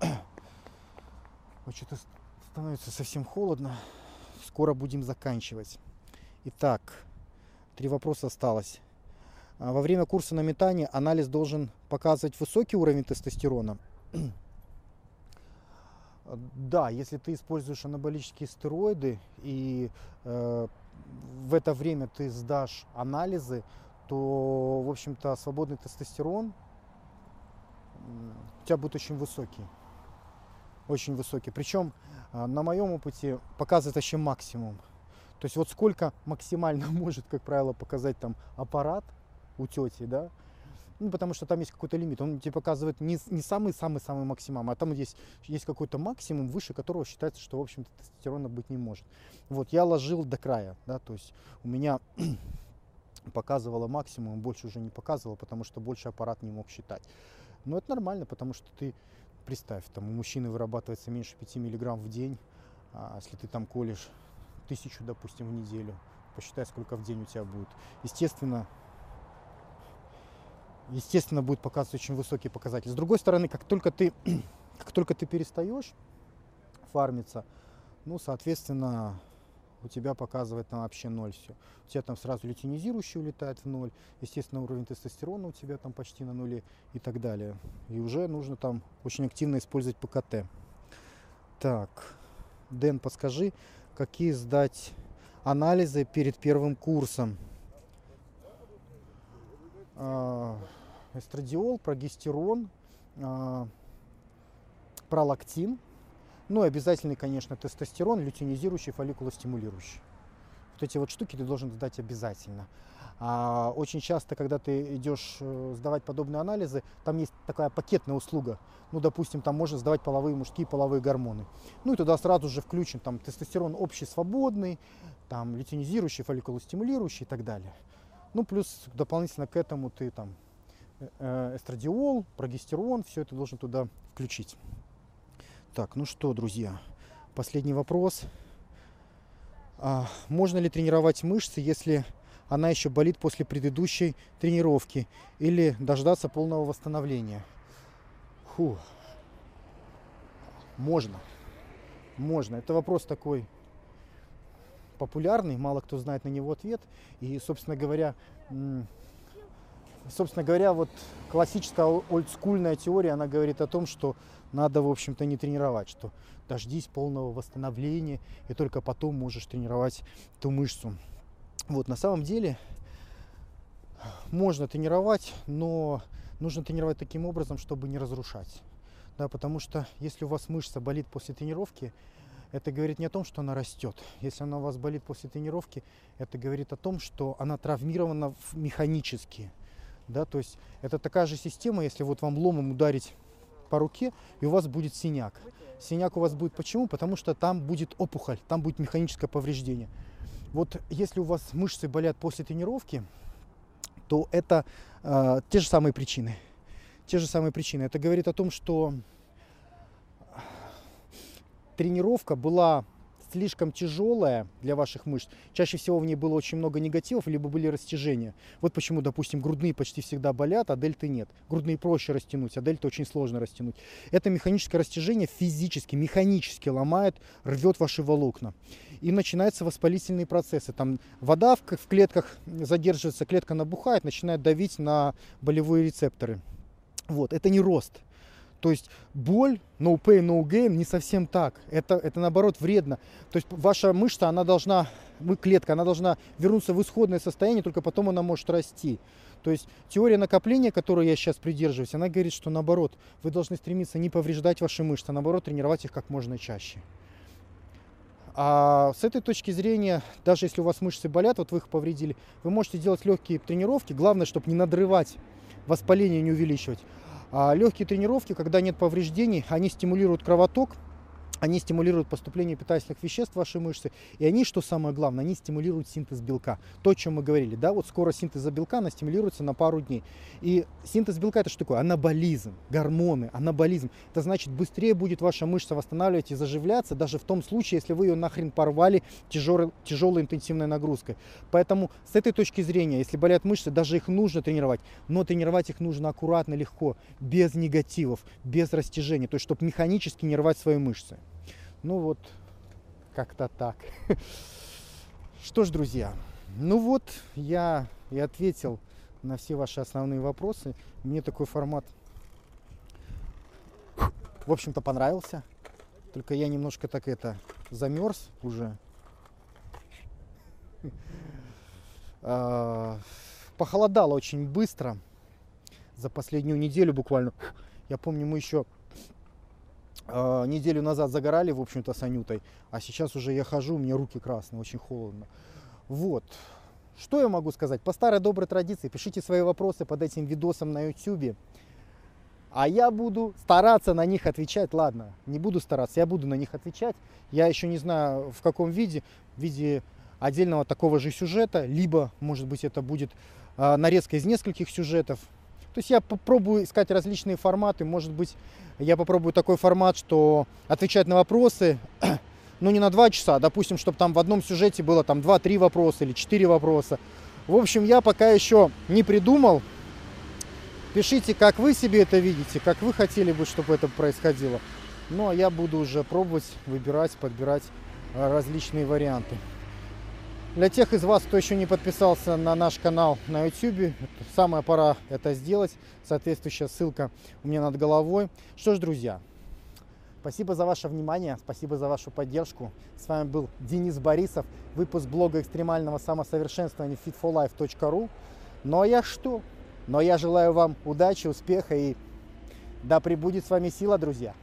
Вот что-то становится совсем холодно. Скоро будем заканчивать. Итак, 3 вопроса осталось. Во время курса на метание анализ должен показывать высокий уровень тестостерона. Да, если ты используешь анаболические стероиды и в это время ты сдашь анализы, то, в общем-то, свободный тестостерон у тебя будет очень высокий. Очень высокий. Причем на моем опыте показывает вообще максимум. То есть вот сколько максимально может, как правило, показать там аппарат у тети, да, ну, потому что там есть какой-то лимит. Он тебе показывает не самый-самый-самый максимум, а там есть какой-то максимум, выше которого считается, что, в общем-то, тестостерона быть не может. Вот, я ложил до края, да, то есть у меня показывало максимум, больше уже не показывало, потому что больше аппарат не мог считать. Но это нормально, потому что ты, представь, там у мужчины вырабатывается меньше 5 миллиграмм в день, а если ты там колешь 1000, допустим, в неделю, посчитай, сколько в день у тебя будет. Естественно, будет показывать очень высокий показатель. С другой стороны, как только ты перестаешь фармиться, ну, соответственно, у тебя показывает там вообще ноль все. У тебя там сразу лютеинизирующий улетает в ноль, естественно, уровень тестостерона у тебя там почти на нуле и так далее. И уже нужно там очень активно использовать ПКТ. Так, Дэн, подскажи, какие сдать анализы перед первым курсом? Эстрадиол, прогестерон, пролактин. Ну и обязательный, конечно, тестостерон, лютеинизирующий, фолликулостимулирующий. Вот эти вот штуки ты должен сдать обязательно. Очень часто, когда ты идешь сдавать подобные анализы, там есть такая пакетная услуга. Ну, допустим, там можно сдавать половые, мужские половые гормоны. Ну и туда сразу же включен там тестостерон общий, свободный, там лютеинизирующий, фолликулостимулирующий и так далее. Ну, плюс дополнительно к этому ты там эстрадиол, прогестерон, все это должен туда включить. Так, ну что, друзья, последний вопрос. Можно ли тренировать мышцы, если она еще болит после предыдущей тренировки, или дождаться полного восстановления? Можно. Это вопрос такой популярный, мало кто знает на него ответ. И, собственно говоря, вот классическая олдскульная теория, она говорит о том, что надо, в общем-то, не тренировать, что дождись полного восстановления, и только потом можешь тренировать ту мышцу. Вот, на самом деле, можно тренировать, но нужно тренировать таким образом, чтобы не разрушать. Да, потому что если у вас мышца болит после тренировки, это говорит не о том, что она растет. Если она у вас болит после тренировки, это говорит о том, что она травмирована механически. Да, то есть это такая же система, если вот вам ломом ударить по руке, и у вас будет синяк. Синяк у вас будет почему? Потому что там будет опухоль, там будет механическое повреждение. Вот если у вас мышцы болят после тренировки, то это те же самые причины. Это говорит о том, что тренировка была слишком тяжелая для ваших мышц. Чаще всего в ней было очень много негативов, либо были растяжения. Вот почему, допустим, грудные почти всегда болят, а дельты нет. Грудные проще растянуть, а дельты очень сложно растянуть. Это механическое растяжение механически ломает, рвет ваши волокна. И начинаются воспалительные процессы. Там вода в клетках задерживается, клетка набухает, начинает давить на болевые рецепторы. Вот, это не рост. То есть боль, no pain, no gain, не совсем так. Это наоборот вредно. То есть ваша мышца, клетка, она должна вернуться в исходное состояние, только потом она может расти. То есть теория накопления, которой я сейчас придерживаюсь, она говорит, что наоборот, вы должны стремиться не повреждать ваши мышцы, а наоборот тренировать их как можно чаще. А с этой точки зрения, даже если у вас мышцы болят, вот вы их повредили, вы можете делать легкие тренировки. Главное, чтобы не надрывать воспаление, не увеличивать. А легкие тренировки, когда нет повреждений, они стимулируют кровоток, они стимулируют поступление питательных веществ в ваши мышцы, и они, что самое главное, они стимулируют синтез белка. То, о чем мы говорили, да, вот скорость синтеза белка, она стимулируется на пару дней. И синтез белка — это что такое? Анаболизм, гормоны, анаболизм. Это значит, быстрее будет ваша мышца восстанавливать и заживляться, даже в том случае, если вы ее нахрен порвали тяжелой интенсивной нагрузкой. Поэтому с этой точки зрения, если болят мышцы, даже их нужно тренировать, но тренировать их нужно аккуратно, легко, без негативов, без растяжения, то есть чтобы механически не рвать свои мышцы. Ну вот, как-то так. Что ж, друзья, ну вот я и ответил на все ваши основные вопросы. Мне такой формат, в общем-то, понравился. Только я немножко так замерз уже. Похолодало очень быстро. За последнюю неделю буквально. Я помню, мы еще Неделю назад загорали, в общем-то, с Анютой, а сейчас уже я хожу, у меня руки красные, очень холодно. Вот. Что я могу сказать? По старой доброй традиции пишите свои вопросы под этим видосом на YouTube. А я буду стараться на них отвечать. Ладно, не буду стараться, я буду на них отвечать. Я еще не знаю в каком виде. В виде отдельного такого же сюжета. Либо, может быть, это будет нарезка из нескольких сюжетов. То есть я попробую искать различные форматы. Может быть, я попробую такой формат, что отвечать на вопросы, но не на 2 часа. Допустим, чтобы там в одном сюжете было там 2-3 вопроса или 4 вопроса. В общем, я пока еще не придумал. Пишите, как вы себе это видите, как вы хотели бы, чтобы это происходило. Ну, а я буду уже пробовать, выбирать, подбирать различные варианты. Для тех из вас, кто еще не подписался на наш канал на YouTube, самая пора это сделать. Соответствующая ссылка у меня над головой. Что ж, друзья, спасибо за ваше внимание, спасибо за вашу поддержку. С вами был Денис Борисов, выпуск блога экстремального самосовершенствования fit4life.ru. Ну а я что? Но я желаю вам удачи, успеха и да пребудет с вами сила, друзья!